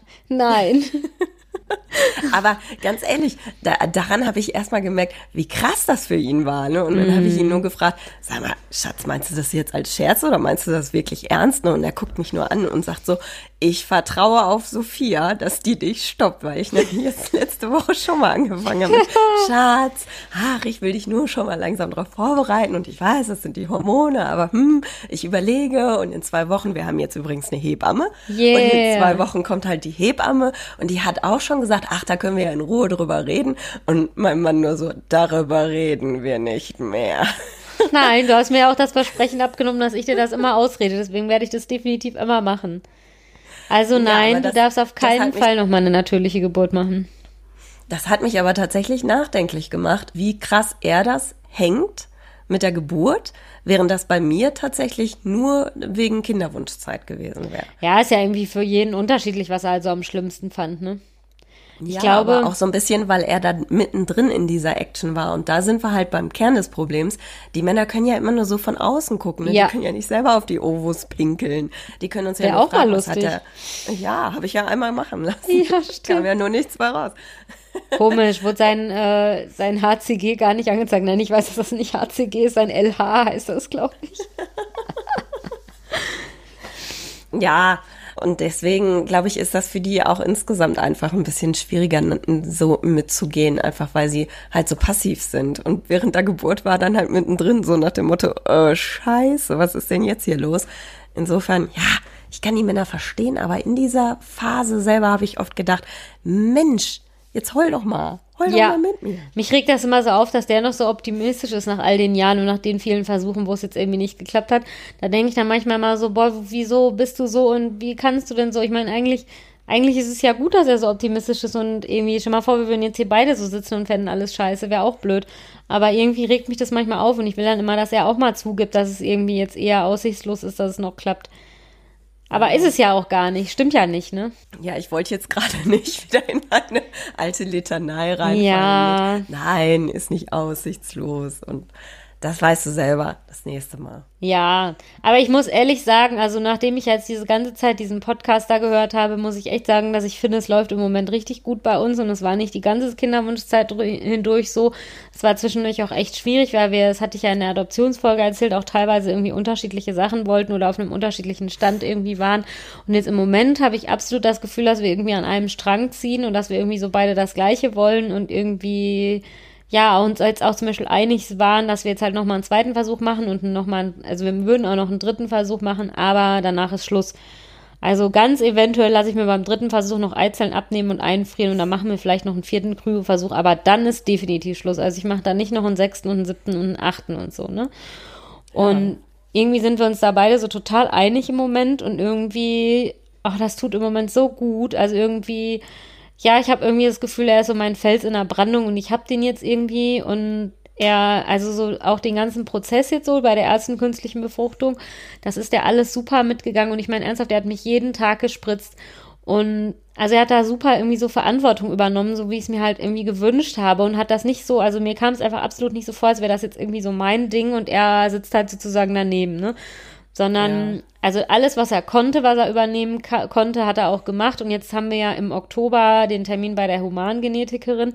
Aber ganz ehrlich, daran habe ich erstmal gemerkt, wie krass das für ihn war. Ne? Und dann habe ich ihn nur gefragt, sag mal, Schatz, meinst du das jetzt als Scherz oder meinst du das wirklich ernst? Ne? Und er guckt mich nur an und sagt so, ich vertraue auf Sophia, dass die dich stoppt, weil ich nämlich jetzt letzte Woche schon mal angefangen habe mit, Schatz, ich will dich nur schon mal langsam darauf vorbereiten und ich weiß, das sind die Hormone, aber ich überlege und in 2 Wochen, wir haben jetzt übrigens eine Hebamme und in 2 Wochen kommt halt die Hebamme und die hat auch schon gesagt, da können wir ja in Ruhe drüber reden und mein Mann nur so, darüber reden wir nicht mehr. Nein, du hast mir auch das Versprechen abgenommen, dass ich dir das immer ausrede, deswegen werde ich das definitiv immer machen. Also Ja, nein, aber du darfst auf keinen Fall nochmal eine natürliche Geburt machen. Das hat mich aber tatsächlich nachdenklich gemacht, wie krass er das hängt mit der Geburt, während das bei mir tatsächlich nur wegen Kinderwunschzeit gewesen wäre. Ja, ist ja irgendwie für jeden unterschiedlich, was er also am schlimmsten fand, ne? Ja, glaube- aber auch so ein bisschen, weil er da mittendrin in dieser Action war. Und da sind wir halt beim Kern des Problems. Die Männer können ja immer nur so von außen gucken. Ne? Ja. Die können ja nicht selber auf die Ovus pinkeln. Die können uns ja Wär nur auch mal fragen, was hat lustig. der... Ja, habe ich ja einmal machen lassen. Ja, stimmt. Kam ja nur nichts bei raus. Komisch, wurde sein HCG gar nicht angezeigt. Nein, ich weiß, dass das nicht HCG ist, sein LH heißt das, glaube ich. Ja, und deswegen, glaube ich, ist das für die auch insgesamt einfach ein bisschen schwieriger, so mitzugehen, einfach weil sie halt so passiv sind. Und während der Geburt war dann halt mittendrin so nach dem Motto, Scheiße, was ist denn jetzt hier los? Insofern, ja, ich kann die Männer verstehen, aber in dieser Phase selber habe ich oft gedacht, Mensch, jetzt heul doch mal mit mir. Mich regt das immer so auf, dass der noch so optimistisch ist nach all den Jahren und nach den vielen Versuchen, wo es jetzt irgendwie nicht geklappt hat. Da denke ich dann manchmal mal so, boah, wieso bist du so und wie kannst du denn so? Ich meine, eigentlich ist es ja gut, dass er so optimistisch ist und irgendwie, stell mal vor, wir würden jetzt hier beide so sitzen und fänden alles scheiße, wäre auch blöd. Aber irgendwie regt mich das manchmal auf und ich will dann immer, dass er auch mal zugibt, dass es irgendwie jetzt eher aussichtslos ist, dass es noch klappt. Aber ist es ja auch gar nicht. Stimmt ja nicht, ne? Ja, ich wollte jetzt gerade nicht wieder in eine alte Litanei reinfallen. Ja. Nein, ist nicht aussichtslos. Und das weißt du selber das nächste Mal. Ja, aber ich muss ehrlich sagen, also nachdem ich jetzt diese ganze Zeit diesen Podcast da gehört habe, muss ich echt sagen, dass ich finde, es läuft im Moment richtig gut bei uns und es war nicht die ganze Kinderwunschzeit hindurch so. Es war zwischendurch auch echt schwierig, weil wir, das hatte ich ja in der Adoptionsfolge erzählt, auch teilweise irgendwie unterschiedliche Sachen wollten oder auf einem unterschiedlichen Stand irgendwie waren. Und jetzt im Moment habe ich absolut das Gefühl, dass wir irgendwie an einem Strang ziehen und dass wir irgendwie so beide das Gleiche wollen und irgendwie ja, uns jetzt auch zum Beispiel einig waren, dass wir jetzt halt nochmal einen zweiten Versuch machen und also wir würden auch noch einen dritten Versuch machen, aber danach ist Schluss. Also ganz eventuell lasse ich mir beim dritten Versuch noch Eizellen abnehmen und einfrieren und dann machen wir vielleicht noch einen vierten Kryoversuch, aber dann ist definitiv Schluss. Also ich mache da nicht noch einen sechsten und einen siebten und einen achten und so, ne? Und irgendwie sind wir uns da beide so total einig im Moment und irgendwie, ach, das tut im Moment so gut, also irgendwie... Ja, ich habe irgendwie das Gefühl, er ist so mein Fels in der Brandung und ich habe den jetzt irgendwie und also so auch den ganzen Prozess jetzt so bei der ersten künstlichen Befruchtung, das ist der alles super mitgegangen und ich meine ernsthaft, der hat mich jeden Tag gespritzt und also er hat da super irgendwie so Verantwortung übernommen, so wie ich es mir halt irgendwie gewünscht habe und hat das nicht so, also mir kam es einfach absolut nicht so vor, als wäre das jetzt irgendwie so mein Ding und er sitzt halt sozusagen daneben, ne? Sondern, also alles, was er konnte, was er übernehmen konnte, hat er auch gemacht. Und jetzt haben wir ja im Oktober den Termin bei der Humangenetikerin.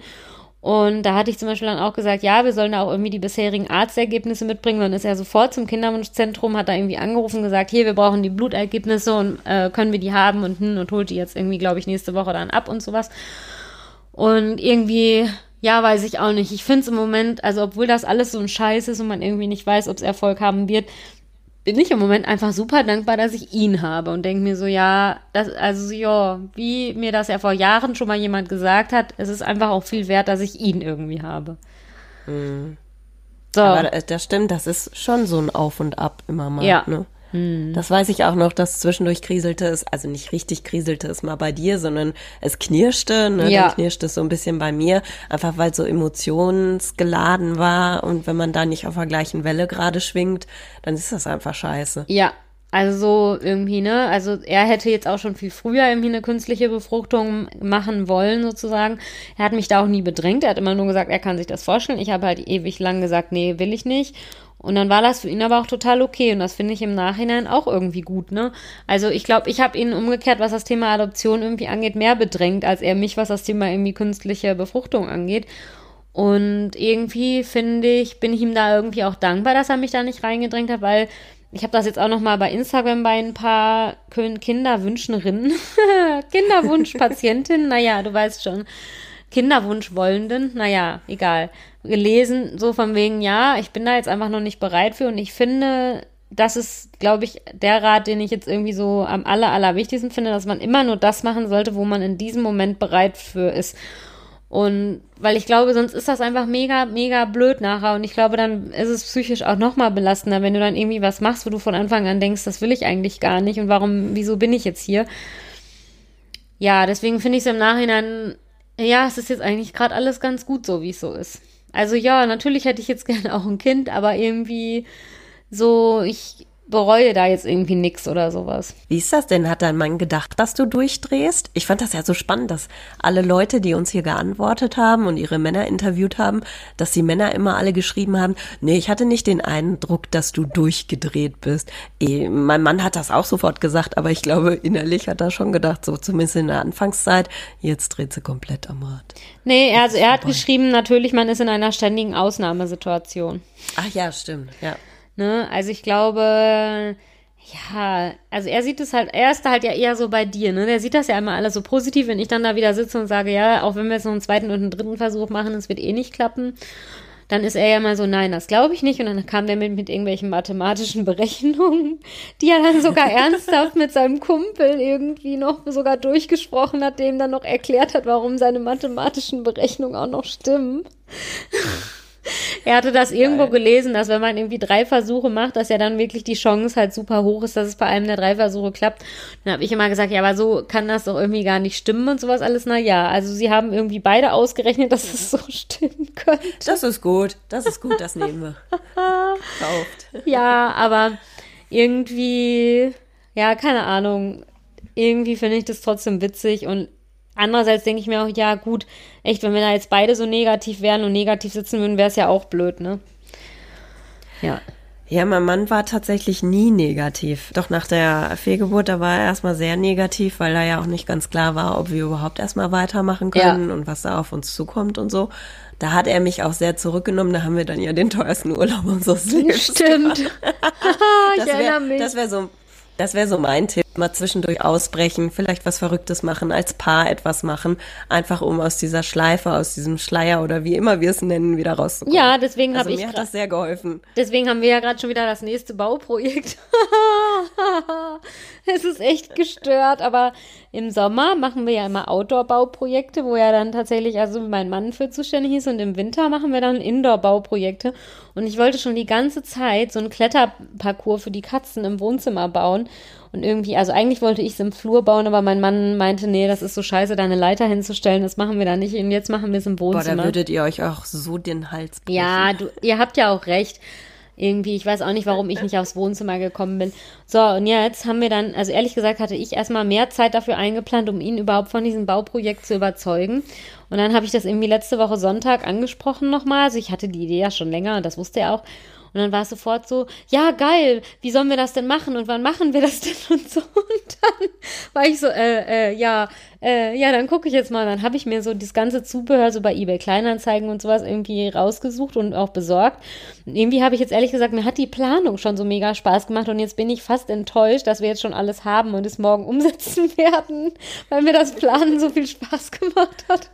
Und da hatte ich zum Beispiel dann auch gesagt, ja, wir sollen da auch irgendwie die bisherigen Arztergebnisse mitbringen. Dann ist er sofort zum Kinderwunschzentrum, hat da irgendwie angerufen und gesagt, hier, wir brauchen die Blutergebnisse und können wir die haben und holt die jetzt irgendwie, glaube ich, nächste Woche dann ab und sowas. Und irgendwie... Ja, weiß ich auch nicht. Ich finde es im Moment, also obwohl das alles so ein Scheiß ist und man irgendwie nicht weiß, ob es Erfolg haben wird, bin ich im Moment einfach super dankbar, dass ich ihn habe und denke mir so, ja, wie mir das ja vor Jahren schon mal jemand gesagt hat, es ist einfach auch viel wert, dass ich ihn irgendwie habe. So. Aber das stimmt, das ist schon so ein Auf und Ab immer mal, Ja. ne? Das weiß ich auch noch, dass zwischendurch kriselte es, also nicht richtig kriselte es mal bei dir, sondern es knirschte, ne? Ja. Dann knirschte es so ein bisschen bei mir, einfach weil es so emotionsgeladen war und wenn man da nicht auf der gleichen Welle gerade schwingt, dann ist das einfach scheiße. Ja, also so irgendwie, ne? Also er hätte jetzt auch schon viel früher irgendwie eine künstliche Befruchtung machen wollen, sozusagen. Er hat mich da auch nie bedrängt. Er hat immer nur gesagt, er kann sich das vorstellen. Ich habe halt ewig lang gesagt, nee, will ich nicht. Und dann war das für ihn aber auch total okay. Und das finde ich im Nachhinein auch irgendwie gut, ne? Also ich glaube, ich habe ihn umgekehrt, was das Thema Adoption irgendwie angeht, mehr bedrängt, als er mich, was das Thema irgendwie künstliche Befruchtung angeht. Und irgendwie bin ich ihm da irgendwie auch dankbar, dass er mich da nicht reingedrängt hat, weil ich habe das jetzt auch noch mal bei Instagram bei ein paar Kinderwünscherinnen, Kinderwunschpatientinnen, naja, du weißt schon, Kinderwunschwollenden, naja, egal, gelesen, so von wegen, ja, ich bin da jetzt einfach noch nicht bereit für und ich finde, das ist, glaube ich, der Rat, den ich jetzt irgendwie so am allerwichtigsten finde, dass man immer nur das machen sollte, wo man in diesem Moment bereit für ist. Und weil ich glaube, sonst ist das einfach mega, mega blöd nachher. Und ich glaube, dann ist es psychisch auch nochmal belastender, wenn du dann irgendwie was machst, wo du von Anfang an denkst, das will ich eigentlich gar nicht und wieso bin ich jetzt hier? Ja, deswegen finde ich es im Nachhinein, ja, es ist jetzt eigentlich gerade alles ganz gut so, wie es so ist. Also ja, natürlich hätte ich jetzt gerne auch ein Kind, aber irgendwie so, ich bereue da jetzt irgendwie nix oder sowas. Wie ist das denn? Hat dein Mann gedacht, dass du durchdrehst? Ich fand das ja so spannend, dass alle Leute, die uns hier geantwortet haben und ihre Männer interviewt haben, dass die Männer immer alle geschrieben haben, nee, ich hatte nicht den Eindruck, dass du durchgedreht bist. Mein Mann hat das auch sofort gesagt, aber ich glaube, innerlich hat er schon gedacht, so zumindest in der Anfangszeit, jetzt dreht sie komplett am Rad. Nee, also er hat geschrieben, natürlich, man ist in einer ständigen Ausnahmesituation. Ach ja, stimmt, ja. Ne? Also ich glaube, ja, also er sieht es halt, er ist halt ja eher so bei dir, ne? Der sieht das ja immer alles so positiv, wenn ich dann da wieder sitze und sage, ja, auch wenn wir jetzt noch einen zweiten und einen dritten Versuch machen, es wird eh nicht klappen, dann ist er ja mal so, nein, das glaube ich nicht. Und dann kam der mit irgendwelchen mathematischen Berechnungen, die er dann sogar ernsthaft mit seinem Kumpel irgendwie noch sogar durchgesprochen hat, dem dann noch erklärt hat, warum seine mathematischen Berechnungen auch noch stimmen. Er hatte das irgendwo gelesen, dass wenn man irgendwie 3 Versuche macht, dass ja dann wirklich die Chance halt super hoch ist, dass es bei einem der 3 Versuche klappt. Dann habe ich immer gesagt, ja, aber so kann das doch irgendwie gar nicht stimmen und sowas alles. Na ja, also sie haben irgendwie beide ausgerechnet, dass es so stimmen könnte. Das ist gut, das nehmen wir. Kauft. Ja, aber irgendwie, ja, keine Ahnung, irgendwie finde ich das trotzdem witzig und andererseits denke ich mir auch, ja gut, echt, wenn wir da jetzt beide so negativ wären und negativ sitzen würden, wäre es ja auch blöd, ne? Ja. Ja, mein Mann war tatsächlich nie negativ. Doch nach der Fehlgeburt, da war er erstmal sehr negativ, weil da ja auch nicht ganz klar war, ob wir überhaupt erstmal weitermachen können und was da auf uns zukommt und so. Da hat er mich auch sehr zurückgenommen, da haben wir dann ja den teuersten Urlaub unseres Lebens. Stimmt. Ich erinnere mich. Das wäre so mein Tipp, mal zwischendurch ausbrechen, vielleicht was Verrücktes machen, als Paar etwas machen, einfach um aus dieser Schleife, aus diesem Schleier oder wie immer wir es nennen, wieder rauszukommen. Ja, deswegen habe ich mir hat das sehr geholfen. Deswegen haben wir ja gerade schon wieder das nächste Bauprojekt. Es ist echt gestört, aber im Sommer machen wir ja immer Outdoor-Bauprojekte, wo ja dann tatsächlich also mein Mann für zuständig ist und im Winter machen wir dann Indoor-Bauprojekte und ich wollte schon die ganze Zeit so einen Kletterparcours für die Katzen im Wohnzimmer bauen und irgendwie, also eigentlich wollte ich es im Flur bauen, aber mein Mann meinte, nee, das ist so scheiße, da eine Leiter hinzustellen, das machen wir da nicht und jetzt machen wir es im Wohnzimmer. Boah, da würdet ihr euch auch so den Hals brechen. Ja, ihr habt ja auch recht. Irgendwie, ich weiß auch nicht, warum ich nicht aufs Wohnzimmer gekommen bin. So, und jetzt haben wir dann, also ehrlich gesagt hatte ich erstmal mehr Zeit dafür eingeplant, um ihn überhaupt von diesem Bauprojekt zu überzeugen. Und dann habe ich das irgendwie letzte Woche Sonntag angesprochen nochmal. Also ich hatte die Idee ja schon länger und das wusste er auch. Und dann war es sofort so, ja, geil, wie sollen wir das denn machen und wann machen wir das denn und so. Und dann war ich so, ja, dann gucke ich jetzt mal. Dann habe ich mir so das ganze Zubehör so bei eBay Kleinanzeigen und sowas irgendwie rausgesucht und auch besorgt. Und irgendwie habe ich jetzt ehrlich gesagt, mir hat die Planung schon so mega Spaß gemacht und jetzt bin ich fast enttäuscht, dass wir jetzt schon alles haben und es morgen umsetzen werden, weil mir das Planen so viel Spaß gemacht hat.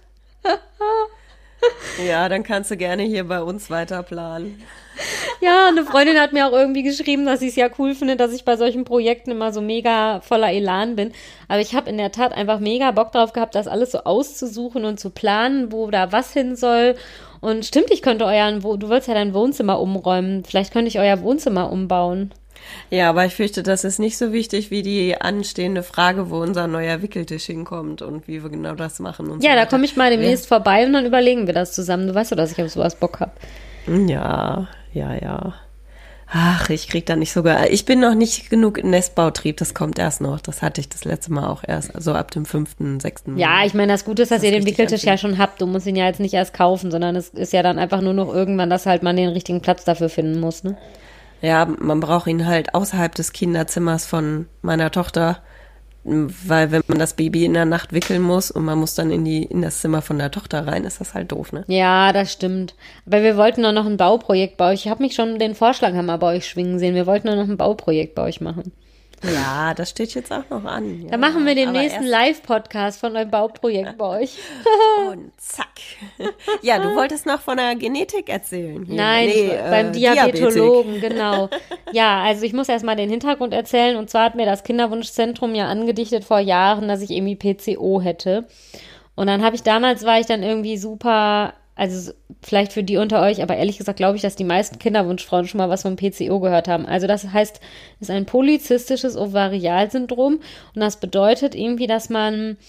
Ja, dann kannst du gerne hier bei uns weiter planen. Ja, eine Freundin hat mir auch irgendwie geschrieben, dass sie es ja cool findet, dass ich bei solchen Projekten immer so mega voller Elan bin. Aber ich habe in der Tat einfach mega Bock drauf gehabt, das alles so auszusuchen und zu planen, wo da was hin soll. Und stimmt, ich könnte du wolltest ja dein Wohnzimmer umräumen. Vielleicht könnte ich euer Wohnzimmer umbauen. Ja, aber ich fürchte, das ist nicht so wichtig wie die anstehende Frage, wo unser neuer Wickeltisch hinkommt und wie wir genau das machen. Und ja, so da weiter. komme ich mal demnächst vorbei und dann überlegen wir das zusammen. Du weißt doch, dass ich auf sowas Bock habe. Ja. Ach, ich krieg da nicht sogar. Ich bin noch nicht genug in Nestbautrieb, das kommt erst noch. Das hatte ich das letzte Mal auch erst, also ab dem 5., 6. Ja, ich meine, das Gute ist, dass ihr den Wickeltisch ja schon habt. Du musst ihn ja jetzt nicht erst kaufen, sondern es ist ja dann einfach nur noch irgendwann, dass halt man den richtigen Platz dafür finden muss, ne? Ja, man braucht ihn halt außerhalb des Kinderzimmers von meiner Tochter, weil wenn man das Baby in der Nacht wickeln muss und man muss dann in das Zimmer von der Tochter rein, ist das halt doof, ne? Ja, das stimmt. Aber wir wollten doch noch ein Bauprojekt bei euch. Ich habe mich schon den Vorschlaghammer bei euch schwingen sehen. Wir wollten doch noch ein Bauprojekt bei euch machen. Ja, das steht jetzt auch noch an. Ja. Da machen wir den nächsten Live-Podcast von eurem Bauprojekt bei euch. Und zack. Ja, du wolltest noch von der Genetik erzählen. Hier. Nein, beim Diabetologen, genau. Ja, also ich muss erstmal den Hintergrund erzählen. Und zwar hat mir das Kinderwunschzentrum ja angedichtet vor Jahren, dass ich irgendwie PCO hätte. Und dann war ich dann irgendwie super, also vielleicht für die unter euch, aber ehrlich gesagt glaube ich, dass die meisten Kinderwunschfrauen schon mal was vom PCO gehört haben. Also das heißt, es ist ein polyzystisches Ovarialsyndrom und das bedeutet irgendwie, dass man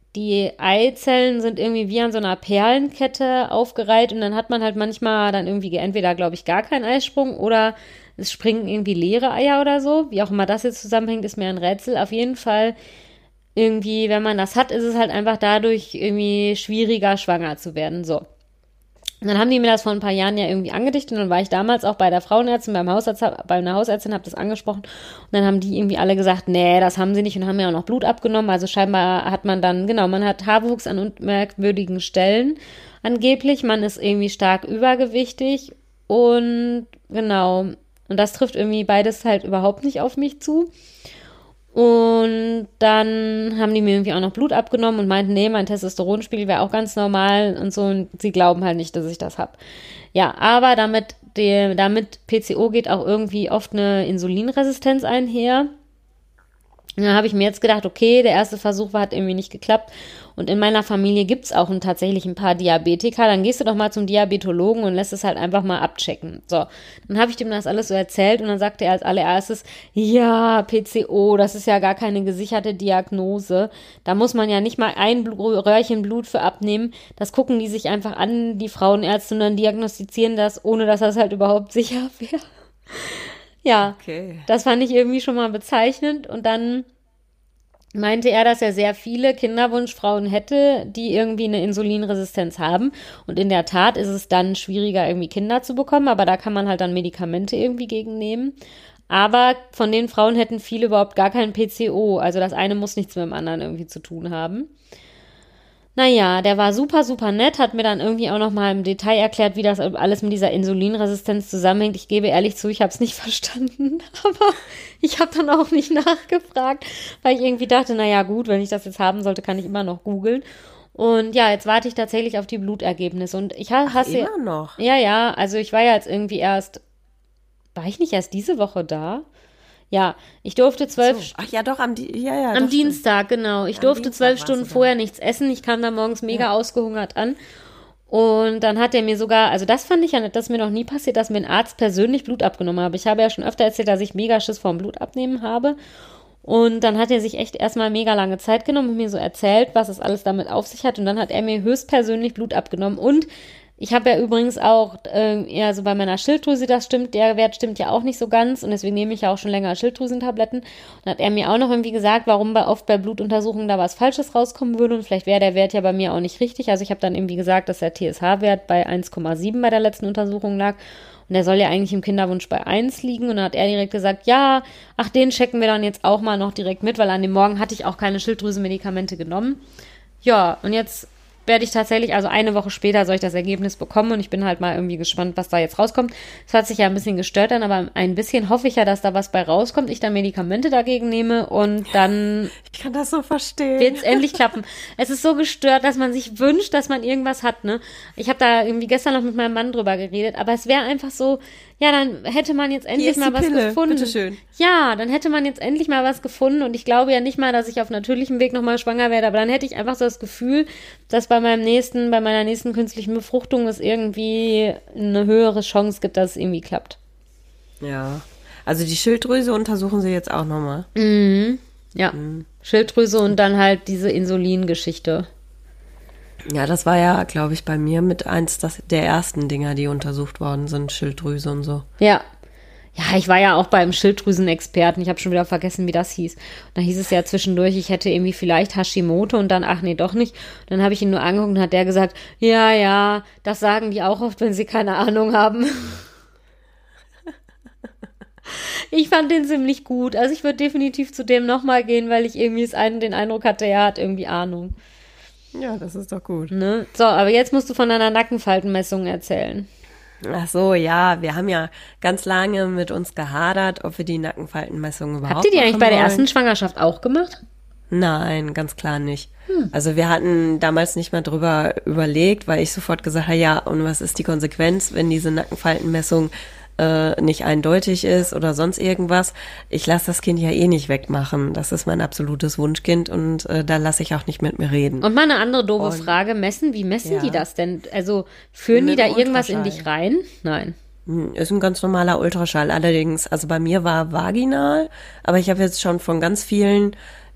die Eizellen sind irgendwie wie an so einer Perlenkette aufgereiht und dann hat man halt manchmal dann irgendwie entweder, glaube ich, gar keinen Eisprung oder es springen irgendwie leere Eier oder so. Wie auch immer das jetzt zusammenhängt, ist mir ein Rätsel. Auf jeden Fall irgendwie, wenn man das hat, ist es halt einfach dadurch irgendwie schwieriger, schwanger zu werden. So. Und dann haben die mir das vor ein paar Jahren ja irgendwie angedichtet und dann war ich damals auch bei der Frauenärztin, bei einer Hausärztin, habe das angesprochen und dann haben die irgendwie alle gesagt, nee, das haben sie nicht und haben mir auch noch Blut abgenommen, also scheinbar hat man dann, genau, man hat Haarwuchs an unmerkwürdigen Stellen angeblich, man ist irgendwie stark übergewichtig und genau, und das trifft irgendwie beides halt überhaupt nicht auf mich zu. Und dann haben die mir irgendwie auch noch Blut abgenommen und meinten, nee, mein Testosteronspiegel wäre auch ganz normal und so. Und sie glauben halt nicht, dass ich das habe. Ja, aber damit PCO geht auch irgendwie oft eine Insulinresistenz einher. Und dann habe ich mir jetzt gedacht, okay, der erste Versuch hat irgendwie nicht geklappt. Und in meiner Familie gibt es auch tatsächlich ein paar Diabetiker. Dann gehst du doch mal zum Diabetologen und lässt es halt einfach mal abchecken. So, dann habe ich dem das alles so erzählt und dann sagte er als allererstes, ja, PCO, das ist ja gar keine gesicherte Diagnose. Da muss man ja nicht mal ein Röhrchen Blut für abnehmen. Das gucken die sich einfach an, die Frauenärzte, und dann diagnostizieren das, ohne dass das halt überhaupt sicher wäre. Ja, okay. Das fand ich irgendwie schon mal bezeichnend und dann meinte er, dass er sehr viele Kinderwunschfrauen hätte, die irgendwie eine Insulinresistenz haben und in der Tat ist es dann schwieriger, irgendwie Kinder zu bekommen, aber da kann man halt dann Medikamente irgendwie gegen nehmen. Aber von den Frauen hätten viele überhaupt gar keinen PCO, also das eine muss nichts mit dem anderen irgendwie zu tun haben. Naja, der war super, super nett, hat mir dann irgendwie auch noch mal im Detail erklärt, wie das alles mit dieser Insulinresistenz zusammenhängt. Ich gebe ehrlich zu, ich habe es nicht verstanden, aber ich habe dann auch nicht nachgefragt, weil ich irgendwie dachte, naja gut, wenn ich das jetzt haben sollte, kann ich immer noch googeln. Und ja, jetzt warte ich tatsächlich auf die Blutergebnisse. Und ich hasse immer noch? Ja, also ich war ja jetzt irgendwie war ich nicht erst diese Woche da? Ja, ich durfte 12 Ach ja, doch, am Dienstag, genau. Ich durfte 12 Stunden vorher nichts essen. Ich kam da morgens mega ausgehungert an. Und dann hat er mir sogar, also das fand ich ja nicht, das ist mir noch nie passiert, dass mir ein Arzt persönlich Blut abgenommen habe. Ich habe ja schon öfter erzählt, dass ich mega Schiss vorm Blutabnehmen habe. Und dann hat er sich echt erstmal mega lange Zeit genommen und mir so erzählt, was es alles damit auf sich hat. Und dann hat er mir höchstpersönlich Blut abgenommen. Und ich habe ja übrigens auch eher so bei meiner Schilddrüse, das stimmt, der Wert stimmt ja auch nicht so ganz und deswegen nehme ich ja auch schon länger Schilddrüsentabletten. Und dann hat er mir auch noch irgendwie gesagt, warum oft bei Blutuntersuchungen da was Falsches rauskommen würde und vielleicht wäre der Wert ja bei mir auch nicht richtig. Also ich habe dann irgendwie gesagt, dass der TSH-Wert bei 1,7 bei der letzten Untersuchung lag und der soll ja eigentlich im Kinderwunsch bei 1 liegen und dann hat er direkt gesagt, ja, ach, den checken wir dann jetzt auch mal noch direkt mit, weil an dem Morgen hatte ich auch keine Schilddrüsenmedikamente genommen. Ja, und jetzt werde ich tatsächlich, also eine Woche später soll ich das Ergebnis bekommen und ich bin halt mal irgendwie gespannt, was da jetzt rauskommt. Es hat sich ja ein bisschen gestört dann, aber ein bisschen hoffe ich ja, dass da was bei rauskommt, ich dann Medikamente dagegen nehme und dann ich kann das so verstehen. Wird es endlich klappen. Es ist so gestört, dass man sich wünscht, dass man irgendwas hat, ne? Ich habe da irgendwie gestern noch mit meinem Mann drüber geredet, aber es wäre einfach so, ja, dann hätte man jetzt endlich mal was gefunden. Bitteschön. Ja, dann hätte man jetzt endlich mal was gefunden und ich glaube ja nicht mal, dass ich auf natürlichem Weg nochmal schwanger werde, aber dann hätte ich einfach so das Gefühl, dass bei meiner nächsten künstlichen Befruchtung es irgendwie eine höhere Chance gibt, dass es irgendwie klappt. Ja, also die Schilddrüse untersuchen sie jetzt auch nochmal. Mhm. Ja, Schilddrüse und dann halt diese Insulingeschichte. Ja, das war ja, glaube ich, bei mir mit eins der ersten Dinger, die untersucht worden sind, Schilddrüse und so. Ja. Ja, ich war ja auch beim Schilddrüsenexperten. Ich habe schon wieder vergessen, wie das hieß. Und da hieß es ja zwischendurch, ich hätte irgendwie vielleicht Hashimoto und dann, ach nee, doch nicht. Und dann habe ich ihn nur angeguckt und hat der gesagt, ja, das sagen die auch oft, wenn sie keine Ahnung haben. Ich fand den ziemlich gut. Also ich würde definitiv zu dem nochmal gehen, weil ich irgendwie den Eindruck hatte, er hat irgendwie Ahnung. Ja, das ist doch gut. Ne? So, aber jetzt musst du von deiner Nackenfaltenmessung erzählen. Ach so, ja, wir haben ja ganz lange mit uns gehadert, ob wir die Nackenfaltenmessung überhaupt Habt ihr die eigentlich bei der wollen. ersten Schwangerschaft auch gemacht? Nein, ganz klar nicht. Also wir hatten damals nicht mal drüber überlegt, weil ich sofort gesagt habe, ja, und was ist die Konsequenz, wenn diese Nackenfaltenmessung nicht eindeutig ist oder sonst irgendwas. Ich lasse das Kind ja eh nicht wegmachen. Das ist mein absolutes Wunschkind und da lasse ich auch nicht mit mir reden. Und mal eine andere doofe Frage, wie messen die das denn? Also führen die da irgendwas in dich rein? Nein. Ist ein ganz normaler Ultraschall. Allerdings, also bei mir war vaginal, aber ich habe jetzt schon von ganz vielen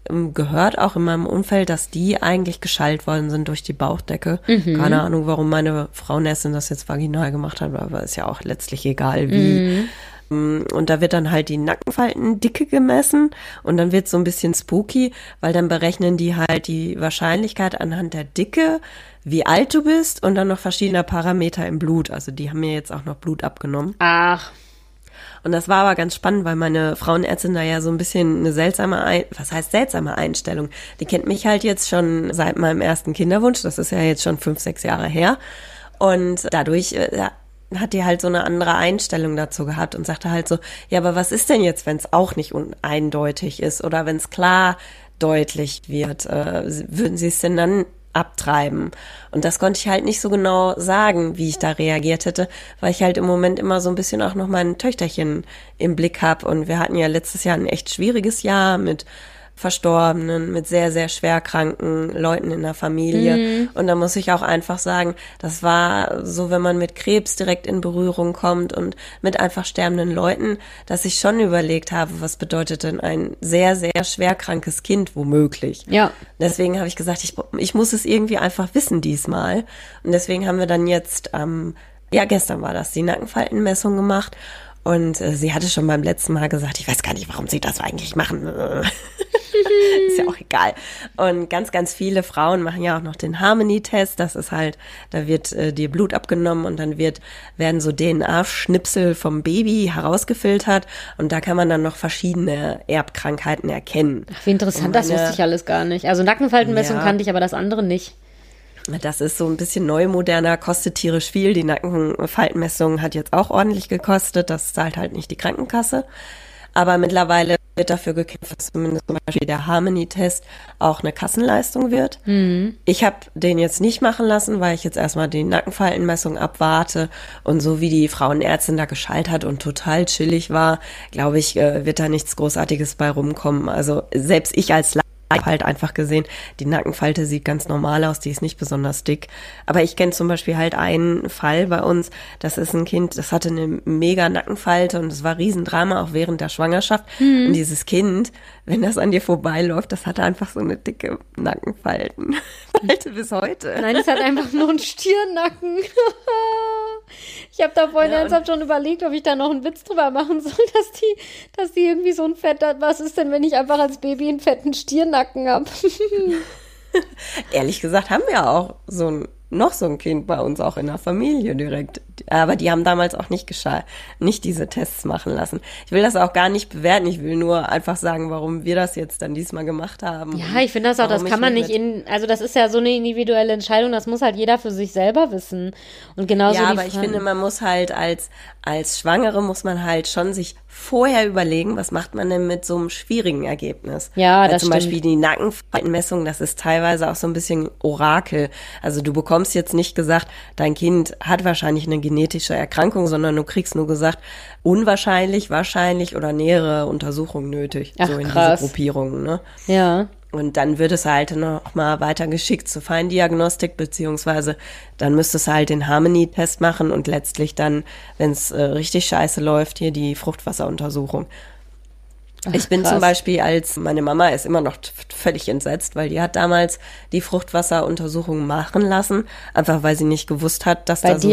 gehört auch in meinem Umfeld, dass die eigentlich geschallt worden sind durch die Bauchdecke. Keine Ahnung, warum meine Frauenärztin das jetzt vaginal gemacht hat, aber ist ja auch letztlich egal wie. Und da wird dann halt die Nackenfaltendicke gemessen und dann wird so ein bisschen spooky, weil dann berechnen die halt die Wahrscheinlichkeit anhand der Dicke, wie alt du bist und dann noch verschiedene Parameter im Blut. Also die haben mir jetzt auch noch Blut abgenommen. Ach. Und das war aber ganz spannend, weil meine Frauenärztin da ja so ein bisschen eine seltsame Einstellung? Die kennt mich halt jetzt schon seit meinem ersten Kinderwunsch. Das ist ja jetzt schon 5, 6 Jahre her. Und dadurch hat die halt so eine andere Einstellung dazu gehabt und sagte halt so, ja, aber was ist denn jetzt, wenn es auch nicht eindeutig ist oder wenn es klar deutlich wird, würden sie es denn dann abtreiben? Und das konnte ich halt nicht so genau sagen, wie ich da reagiert hätte, weil ich halt im Moment immer so ein bisschen auch noch mein Töchterchen im Blick habe und wir hatten ja letztes Jahr ein echt schwieriges Jahr mit Verstorbenen, mit sehr, sehr schwer kranken Leuten in der Familie. Und da muss ich auch einfach sagen, das war so, wenn man mit Krebs direkt in Berührung kommt und mit einfach sterbenden Leuten, dass ich schon überlegt habe, was bedeutet denn ein sehr, sehr schwer krankes Kind womöglich. Ja. Deswegen habe ich gesagt, ich muss es irgendwie einfach wissen diesmal. Und deswegen haben wir dann jetzt, gestern war das, die Nackenfaltenmessung gemacht. Und sie hatte schon beim letzten Mal gesagt, ich weiß gar nicht, warum sie das eigentlich machen. Ist ja auch egal. Und ganz, ganz viele Frauen machen ja auch noch den Harmony-Test. Das ist halt, da wird dir Blut abgenommen und dann werden so DNA-Schnipsel vom Baby herausgefiltert. Und da kann man dann noch verschiedene Erbkrankheiten erkennen. Ach, wie interessant, das wusste ich alles gar nicht. Also Nackenfaltenmessung kannte ich, aber das andere nicht. Das ist so ein bisschen neu, moderner, kostet tierisch viel. Die Nackenfaltenmessung hat jetzt auch ordentlich gekostet. Das zahlt halt nicht die Krankenkasse. Aber mittlerweile wird dafür gekämpft, dass zumindest zum Beispiel der Harmony-Test auch eine Kassenleistung wird. Ich habe den jetzt nicht machen lassen, weil ich jetzt erstmal die Nackenfaltenmessung abwarte. Und so wie die Frauenärztin da geschallt hat und total chillig war, glaube ich, wird da nichts Großartiges bei rumkommen. Also selbst ich als habe halt einfach gesehen, die Nackenfalte sieht ganz normal aus, die ist nicht besonders dick. Aber ich kenne zum Beispiel halt einen Fall bei uns, das ist ein Kind, das hatte eine mega Nackenfalte und es war Riesendrama auch während der Schwangerschaft. Und dieses Kind, wenn das an dir vorbeiläuft, das hatte einfach so eine dicke Nackenfalten. Falte bis heute. Nein, es hat einfach nur einen Stirnnacken. Ich habe da vorhin ernsthaft schon überlegt, ob ich da noch einen Witz drüber machen soll, dass die irgendwie so ein fetter, was ist denn, wenn ich einfach als Baby einen fetten Stirnnacken habe? Ehrlich gesagt haben wir auch noch so ein Kind bei uns auch in der Familie direkt. Aber die haben damals auch nicht diese Tests machen lassen. Ich will das auch gar nicht bewerten. Ich will nur einfach sagen, warum wir das jetzt dann diesmal gemacht haben. Ja, ich finde das auch, das kann man nicht also das ist ja so eine individuelle Entscheidung, das muss halt jeder für sich selber wissen. Und genauso ja, aber ich finde, man muss halt als Schwangere muss man halt schon sich vorher überlegen, was macht man denn mit so einem schwierigen Ergebnis. Ja, weil das zum stimmt. Beispiel die Nackenfaltenmessung, das ist teilweise auch so ein bisschen Orakel. Also du bekommst jetzt nicht gesagt, dein Kind hat wahrscheinlich eine genetische Erkrankung, sondern du kriegst nur gesagt, unwahrscheinlich, wahrscheinlich oder nähere Untersuchungen nötig. Ach, so in krass. diese Gruppierungen, ne? Ja. Und dann wird es halt noch mal weiter geschickt zur Feindiagnostik, beziehungsweise dann müsstest du halt den Harmony-Test machen und letztlich dann, wenn es richtig scheiße läuft, hier die Fruchtwasseruntersuchung. Ich bin zum Beispiel meine Mama ist immer noch völlig entsetzt, weil die hat damals die Fruchtwasseruntersuchung machen lassen, einfach weil sie nicht gewusst hat, dass da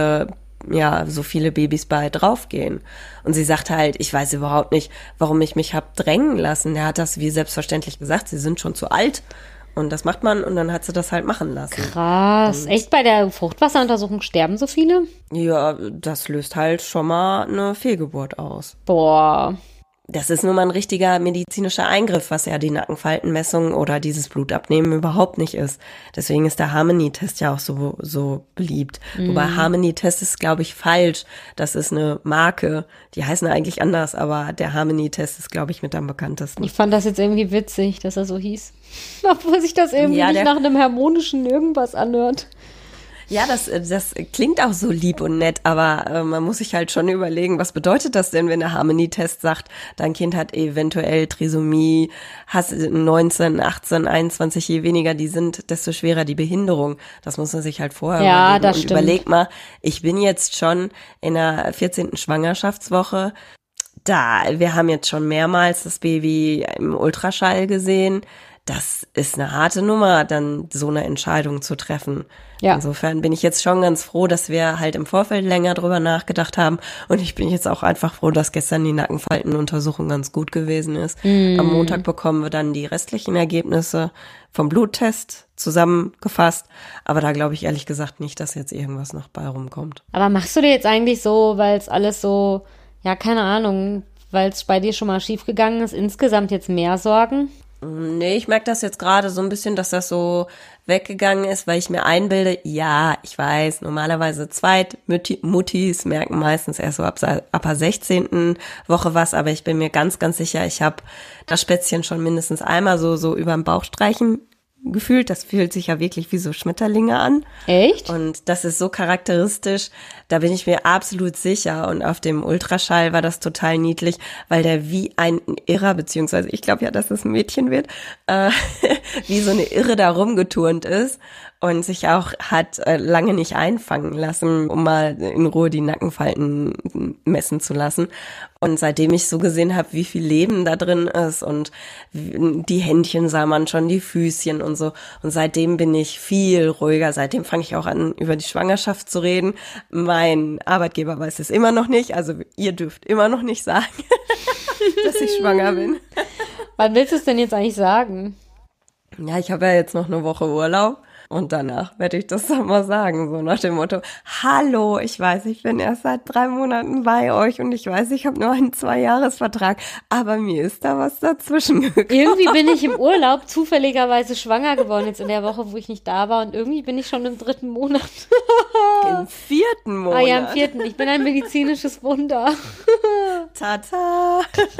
so viele Babys bei draufgehen. Und sie sagte halt, ich weiß überhaupt nicht, warum ich mich hab drängen lassen. Der hat das wie selbstverständlich gesagt, sie sind schon zu alt. Und das macht man und dann hat sie das halt machen lassen. Krass. Und echt, bei der Fruchtwasseruntersuchung sterben so viele? Ja, das löst halt schon mal eine Fehlgeburt aus. Boah. Das ist nun mal ein richtiger medizinischer Eingriff, was ja die Nackenfaltenmessung oder dieses Blutabnehmen überhaupt nicht ist. Deswegen ist der Harmony-Test ja auch so beliebt. Wobei Harmony-Test ist, glaube ich, falsch. Das ist eine Marke. Die heißen eigentlich anders, aber der Harmony-Test ist, glaube ich, mit am bekanntesten. Ich fand das jetzt irgendwie witzig, dass er so hieß. Obwohl sich das irgendwie nicht nach einem harmonischen irgendwas anhört. Ja, das klingt auch so lieb und nett, aber man muss sich halt schon überlegen, was bedeutet das denn, wenn der Harmony-Test sagt, dein Kind hat eventuell Trisomie, hast 19, 18, 21, je weniger die sind, desto schwerer die Behinderung. Das muss man sich halt vorher überlegen. Das und stimmt. Überleg mal, ich bin jetzt schon in der 14. Schwangerschaftswoche. wir haben jetzt schon mehrmals das Baby im Ultraschall gesehen. Das ist eine harte Nummer, dann so eine Entscheidung zu treffen. Ja. Insofern bin ich jetzt schon ganz froh, dass wir halt im Vorfeld länger drüber nachgedacht haben. Und ich bin jetzt auch einfach froh, dass gestern die Nackenfaltenuntersuchung ganz gut gewesen ist. Am Montag bekommen wir dann die restlichen Ergebnisse vom Bluttest zusammengefasst. Aber da glaube ich ehrlich gesagt nicht, dass jetzt irgendwas noch bei rumkommt. Aber machst du dir jetzt eigentlich so, weil es alles so, ja, keine Ahnung, weil es bei dir schon mal schief gegangen ist, insgesamt jetzt mehr Sorgen? Nee, ich merke das jetzt gerade so ein bisschen, dass das so weggegangen ist, weil ich mir einbilde, ja, ich weiß, normalerweise Zweitmuttis merken meistens erst so ab der 16. Woche was, aber ich bin mir ganz, ganz sicher, ich habe das Spätzchen schon mindestens einmal so über den Bauch streichen gefühlt. Das fühlt sich ja wirklich wie so Schmetterlinge an. Echt? Und das ist so charakteristisch, da bin ich mir absolut sicher. Und auf dem Ultraschall war das total niedlich, weil der wie ein Irrer, beziehungsweise ich glaube ja, dass es ein Mädchen wird, wie so eine Irre da rumgeturnt ist und sich auch hat lange nicht einfangen lassen, um mal in Ruhe die Nackenfalten messen zu lassen. Und seitdem ich so gesehen habe, wie viel Leben da drin ist und die Händchen sah man schon, die Füßchen und so. Und seitdem bin ich viel ruhiger. Seitdem fange ich auch an, über die Schwangerschaft zu reden. Mein Arbeitgeber weiß es immer noch nicht. Also ihr dürft immer noch nicht sagen, dass ich schwanger bin. Wann willst du es denn jetzt eigentlich sagen? Ja, ich habe ja jetzt noch eine Woche Urlaub. Und danach werde ich das dann mal sagen, so nach dem Motto, hallo, ich weiß, ich bin erst seit 3 Monaten bei euch und ich weiß, ich habe nur einen 2-Jahres-Vertrag, aber mir ist da was dazwischen gekommen. Irgendwie bin ich im Urlaub zufälligerweise schwanger geworden, jetzt in der Woche, wo ich nicht da war und irgendwie bin ich schon im 3. Monat. Im 4. Monat? Ah ja, im 4. Ich bin ein medizinisches Wunder. Tata.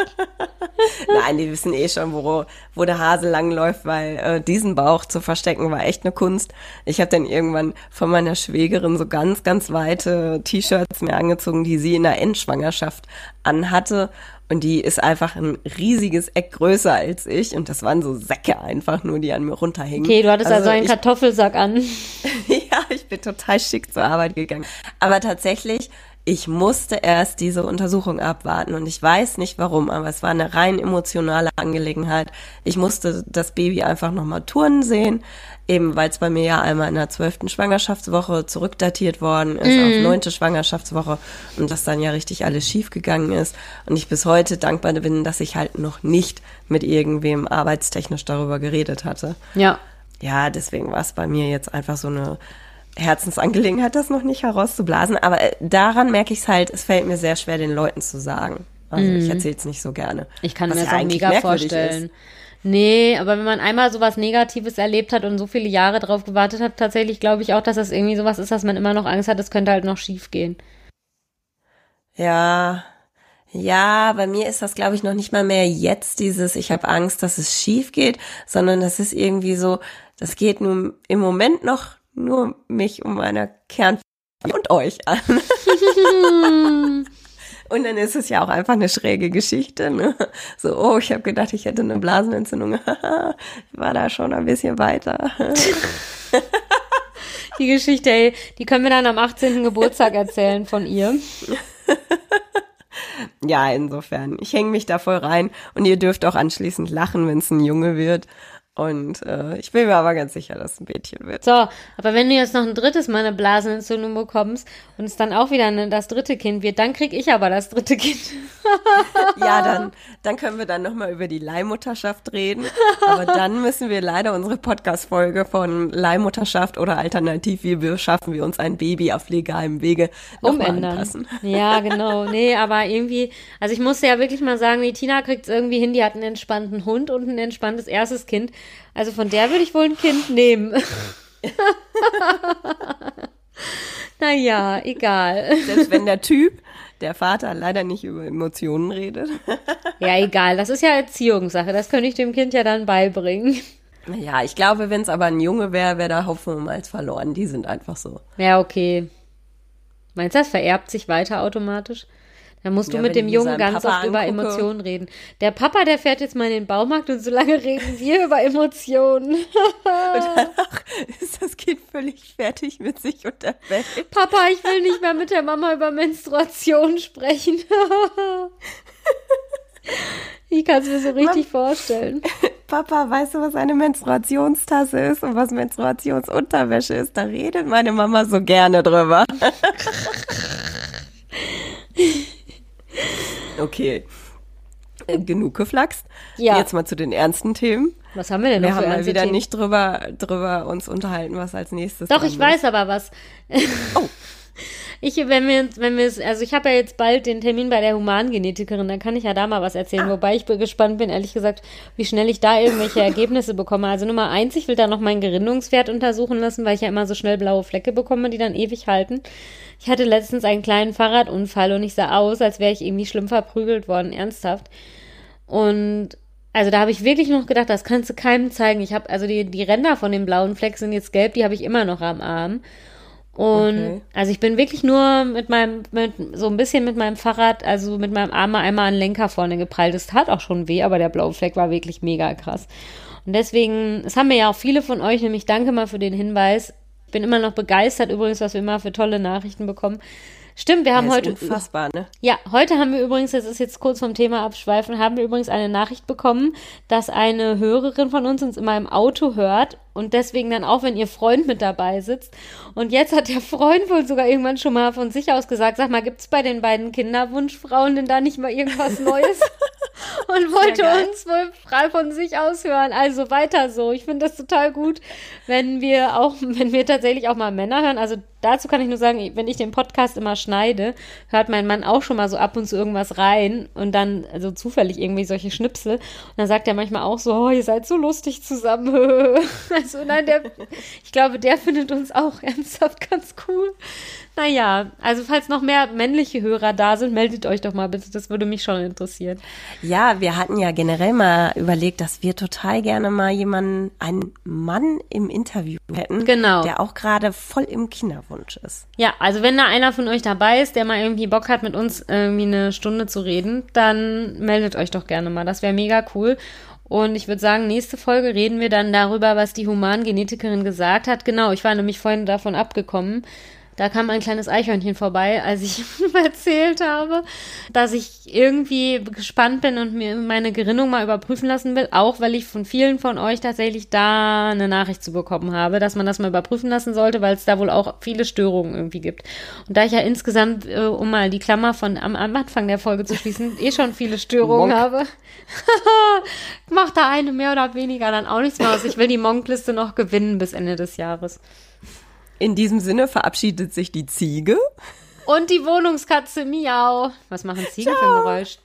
Nein, die wissen eh schon, wo der Hase langläuft, weil diesen Bauch zu verstecken war echt eine Kunst. Ich habe dann irgendwann von meiner Schwägerin so ganz, ganz weite T-Shirts mir angezogen, die sie in der Endschwangerschaft anhatte. Und die ist einfach ein riesiges Eck größer als ich. Und das waren so Säcke einfach nur, die an mir runterhingen. Okay, du hattest also einen Kartoffelsack an. Ja, ich bin total schick zur Arbeit gegangen. Aber tatsächlich, ich musste erst diese Untersuchung abwarten und ich weiß nicht warum, aber es war eine rein emotionale Angelegenheit. Ich musste das Baby einfach nochmal turnen sehen, eben weil es bei mir ja einmal in der 12. Schwangerschaftswoche zurückdatiert worden ist auf 9. Schwangerschaftswoche und das dann ja richtig alles schief gegangen ist und ich bis heute dankbar bin, dass ich halt noch nicht mit irgendwem arbeitstechnisch darüber geredet hatte. Ja. Ja, deswegen war es bei mir jetzt einfach so eine Herzensangelegenheit, das noch nicht herauszublasen. Aber daran merke ich es halt, es fällt mir sehr schwer, den Leuten zu sagen. Also ich erzähle es nicht so gerne. Ich kann mir das auch mega vorstellen. Ist. Nee, aber wenn man einmal sowas Negatives erlebt hat und so viele Jahre drauf gewartet hat, tatsächlich glaube ich auch, dass das irgendwie sowas ist, dass man immer noch Angst hat, es könnte halt noch schief gehen. Ja, bei mir ist das, glaube ich, noch nicht mal mehr jetzt dieses, ich habe Angst, dass es schief geht, sondern das ist irgendwie so, das geht nun im Moment noch nur mich und meiner Kernfamilie und euch an. Und dann ist es ja auch einfach eine schräge Geschichte, ne? So, oh, ich habe gedacht, ich hätte eine Blasenentzündung. Ich war da schon ein bisschen weiter. Die Geschichte, ey, die können wir dann am 18. Geburtstag erzählen von ihr. Ja, insofern. Ich hänge mich da voll rein und ihr dürft auch anschließend lachen, wenn es ein Junge wird. Und ich bin mir aber ganz sicher, dass es ein Mädchen wird. So, aber wenn du jetzt noch ein drittes Mal eine Blasenentzündung bekommst und es dann auch wieder das 3. Kind wird, dann krieg ich aber das 3. Kind. Ja, dann können wir dann nochmal über die Leihmutterschaft reden. Aber dann müssen wir leider unsere Podcast-Folge von Leihmutterschaft oder alternativ, wie schaffen wir uns ein Baby auf legalem Wege umändern. Anpassen. Ja, genau. Nee, aber irgendwie, also ich musste ja wirklich mal sagen, die Tina kriegt es irgendwie hin, die hat einen entspannten Hund und ein entspanntes erstes Kind. Also von der würde ich wohl ein Kind nehmen. Naja, egal. Selbst wenn der Vater, leider nicht über Emotionen redet. Ja, egal. Das ist ja Erziehungssache. Das könnte ich dem Kind ja dann beibringen. Ja, ich glaube, wenn es aber ein Junge wäre, wäre der Hopfen und Malz verloren. Die sind einfach so. Ja, okay. Meinst du, das vererbt sich weiter automatisch? Da musst du mit dem Jungen ganz oft über Emotionen reden. Der Papa, der fährt jetzt mal in den Baumarkt und so lange reden wir über Emotionen. Und danach ist das Kind völlig fertig mit sich und der Welt. Papa, ich will nicht mehr mit der Mama über Menstruation sprechen. Ich kann es mir so richtig vorstellen. Papa, weißt du, was eine Menstruationstasse ist und was Menstruationsunterwäsche ist? Da redet meine Mama so gerne drüber. Okay, genug geflaxt. Ja. Jetzt mal zu den ernsten Themen. Was haben wir denn noch Wir für haben mal ernste wieder Themen? nicht drüber uns unterhalten, was als nächstes Doch, dran ich weiß ist. aber was. Oh. Ich habe ja jetzt bald den Termin bei der Humangenetikerin, dann kann ich ja da mal was erzählen, wobei ich gespannt bin, ehrlich gesagt, wie schnell ich da irgendwelche Ergebnisse bekomme. Also Nummer 1, ich will da noch meinen Gerinnungswert untersuchen lassen, weil ich ja immer so schnell blaue Flecke bekomme, die dann ewig halten. Ich hatte letztens einen kleinen Fahrradunfall und ich sah aus, als wäre ich irgendwie schlimm verprügelt worden, ernsthaft. Und also da habe ich wirklich noch gedacht, das kannst du keinem zeigen. Ich habe, also die Ränder von dem blauen Fleck sind jetzt gelb, die habe ich immer noch am Arm. Und also ich bin wirklich nur so ein bisschen mit meinem Fahrrad, also mit meinem Arm einmal an den Lenker vorne geprallt. Es tat auch schon weh, aber der blaue Fleck war wirklich mega krass. Und deswegen, es haben mir ja auch viele von euch, nämlich danke mal für den Hinweis. Ich bin immer noch begeistert übrigens, was wir immer für tolle Nachrichten bekommen. Stimmt, wir haben heute... Unfassbar, ne? Ja, heute haben wir übrigens, das ist jetzt kurz vom Thema abschweifen, haben wir übrigens eine Nachricht bekommen, dass eine Hörerin von uns immer im Auto hört und deswegen dann auch, wenn ihr Freund mit dabei sitzt. Und jetzt hat der Freund wohl sogar irgendwann schon mal von sich aus gesagt, sag mal, gibt's bei den beiden Kinderwunschfrauen denn da nicht mal irgendwas Neues? Und wollte uns wohl frei von sich aus hören. Also weiter so. Ich finde das total gut, wenn wir tatsächlich auch mal Männer hören. Also dazu kann ich nur sagen, wenn ich den Podcast immer schneide, hört mein Mann auch schon mal so ab und zu irgendwas rein und dann also zufällig irgendwie solche Schnipsel. Und dann sagt er manchmal auch so, oh, ihr seid so lustig zusammen. Also nein, ich glaube, der findet uns auch ernsthaft ganz cool. Naja, also falls noch mehr männliche Hörer da sind, meldet euch doch mal bitte, das würde mich schon interessieren. Ja, wir hatten ja generell mal überlegt, dass wir total gerne mal einen Mann im Interview hätten, Genau. Der auch gerade voll im Kinderwunsch ist. Ja, also wenn da einer von euch dabei ist, der mal irgendwie Bock hat, mit uns irgendwie eine Stunde zu reden, dann meldet euch doch gerne mal, das wäre mega cool. Und ich würde sagen, nächste Folge reden wir dann darüber, was die Humangenetikerin gesagt hat. Genau, ich war nämlich vorhin davon abgekommen. Da kam ein kleines Eichhörnchen vorbei, als ich erzählt habe, dass ich irgendwie gespannt bin und mir meine Gerinnung mal überprüfen lassen will, auch weil ich von vielen von euch tatsächlich da eine Nachricht zu bekommen habe, dass man das mal überprüfen lassen sollte, weil es da wohl auch viele Störungen irgendwie gibt. Und da ich ja insgesamt, um mal die Klammer von am Anfang der Folge zu schließen, schon viele Störungen habe, macht da eine mehr oder weniger dann auch nichts mehr aus. Ich will die Monkliste noch gewinnen bis Ende des Jahres. In diesem Sinne verabschiedet sich die Ziege. Und die Wohnungskatze Miau. Was machen Ziegen für ein Geräusch?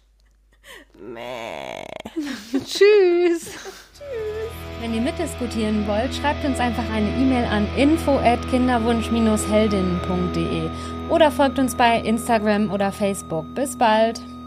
Mäh. Tschüss. Wenn ihr mitdiskutieren wollt, schreibt uns einfach eine E-Mail an info@kinderwunsch-heldinnen.de oder folgt uns bei Instagram oder Facebook. Bis bald.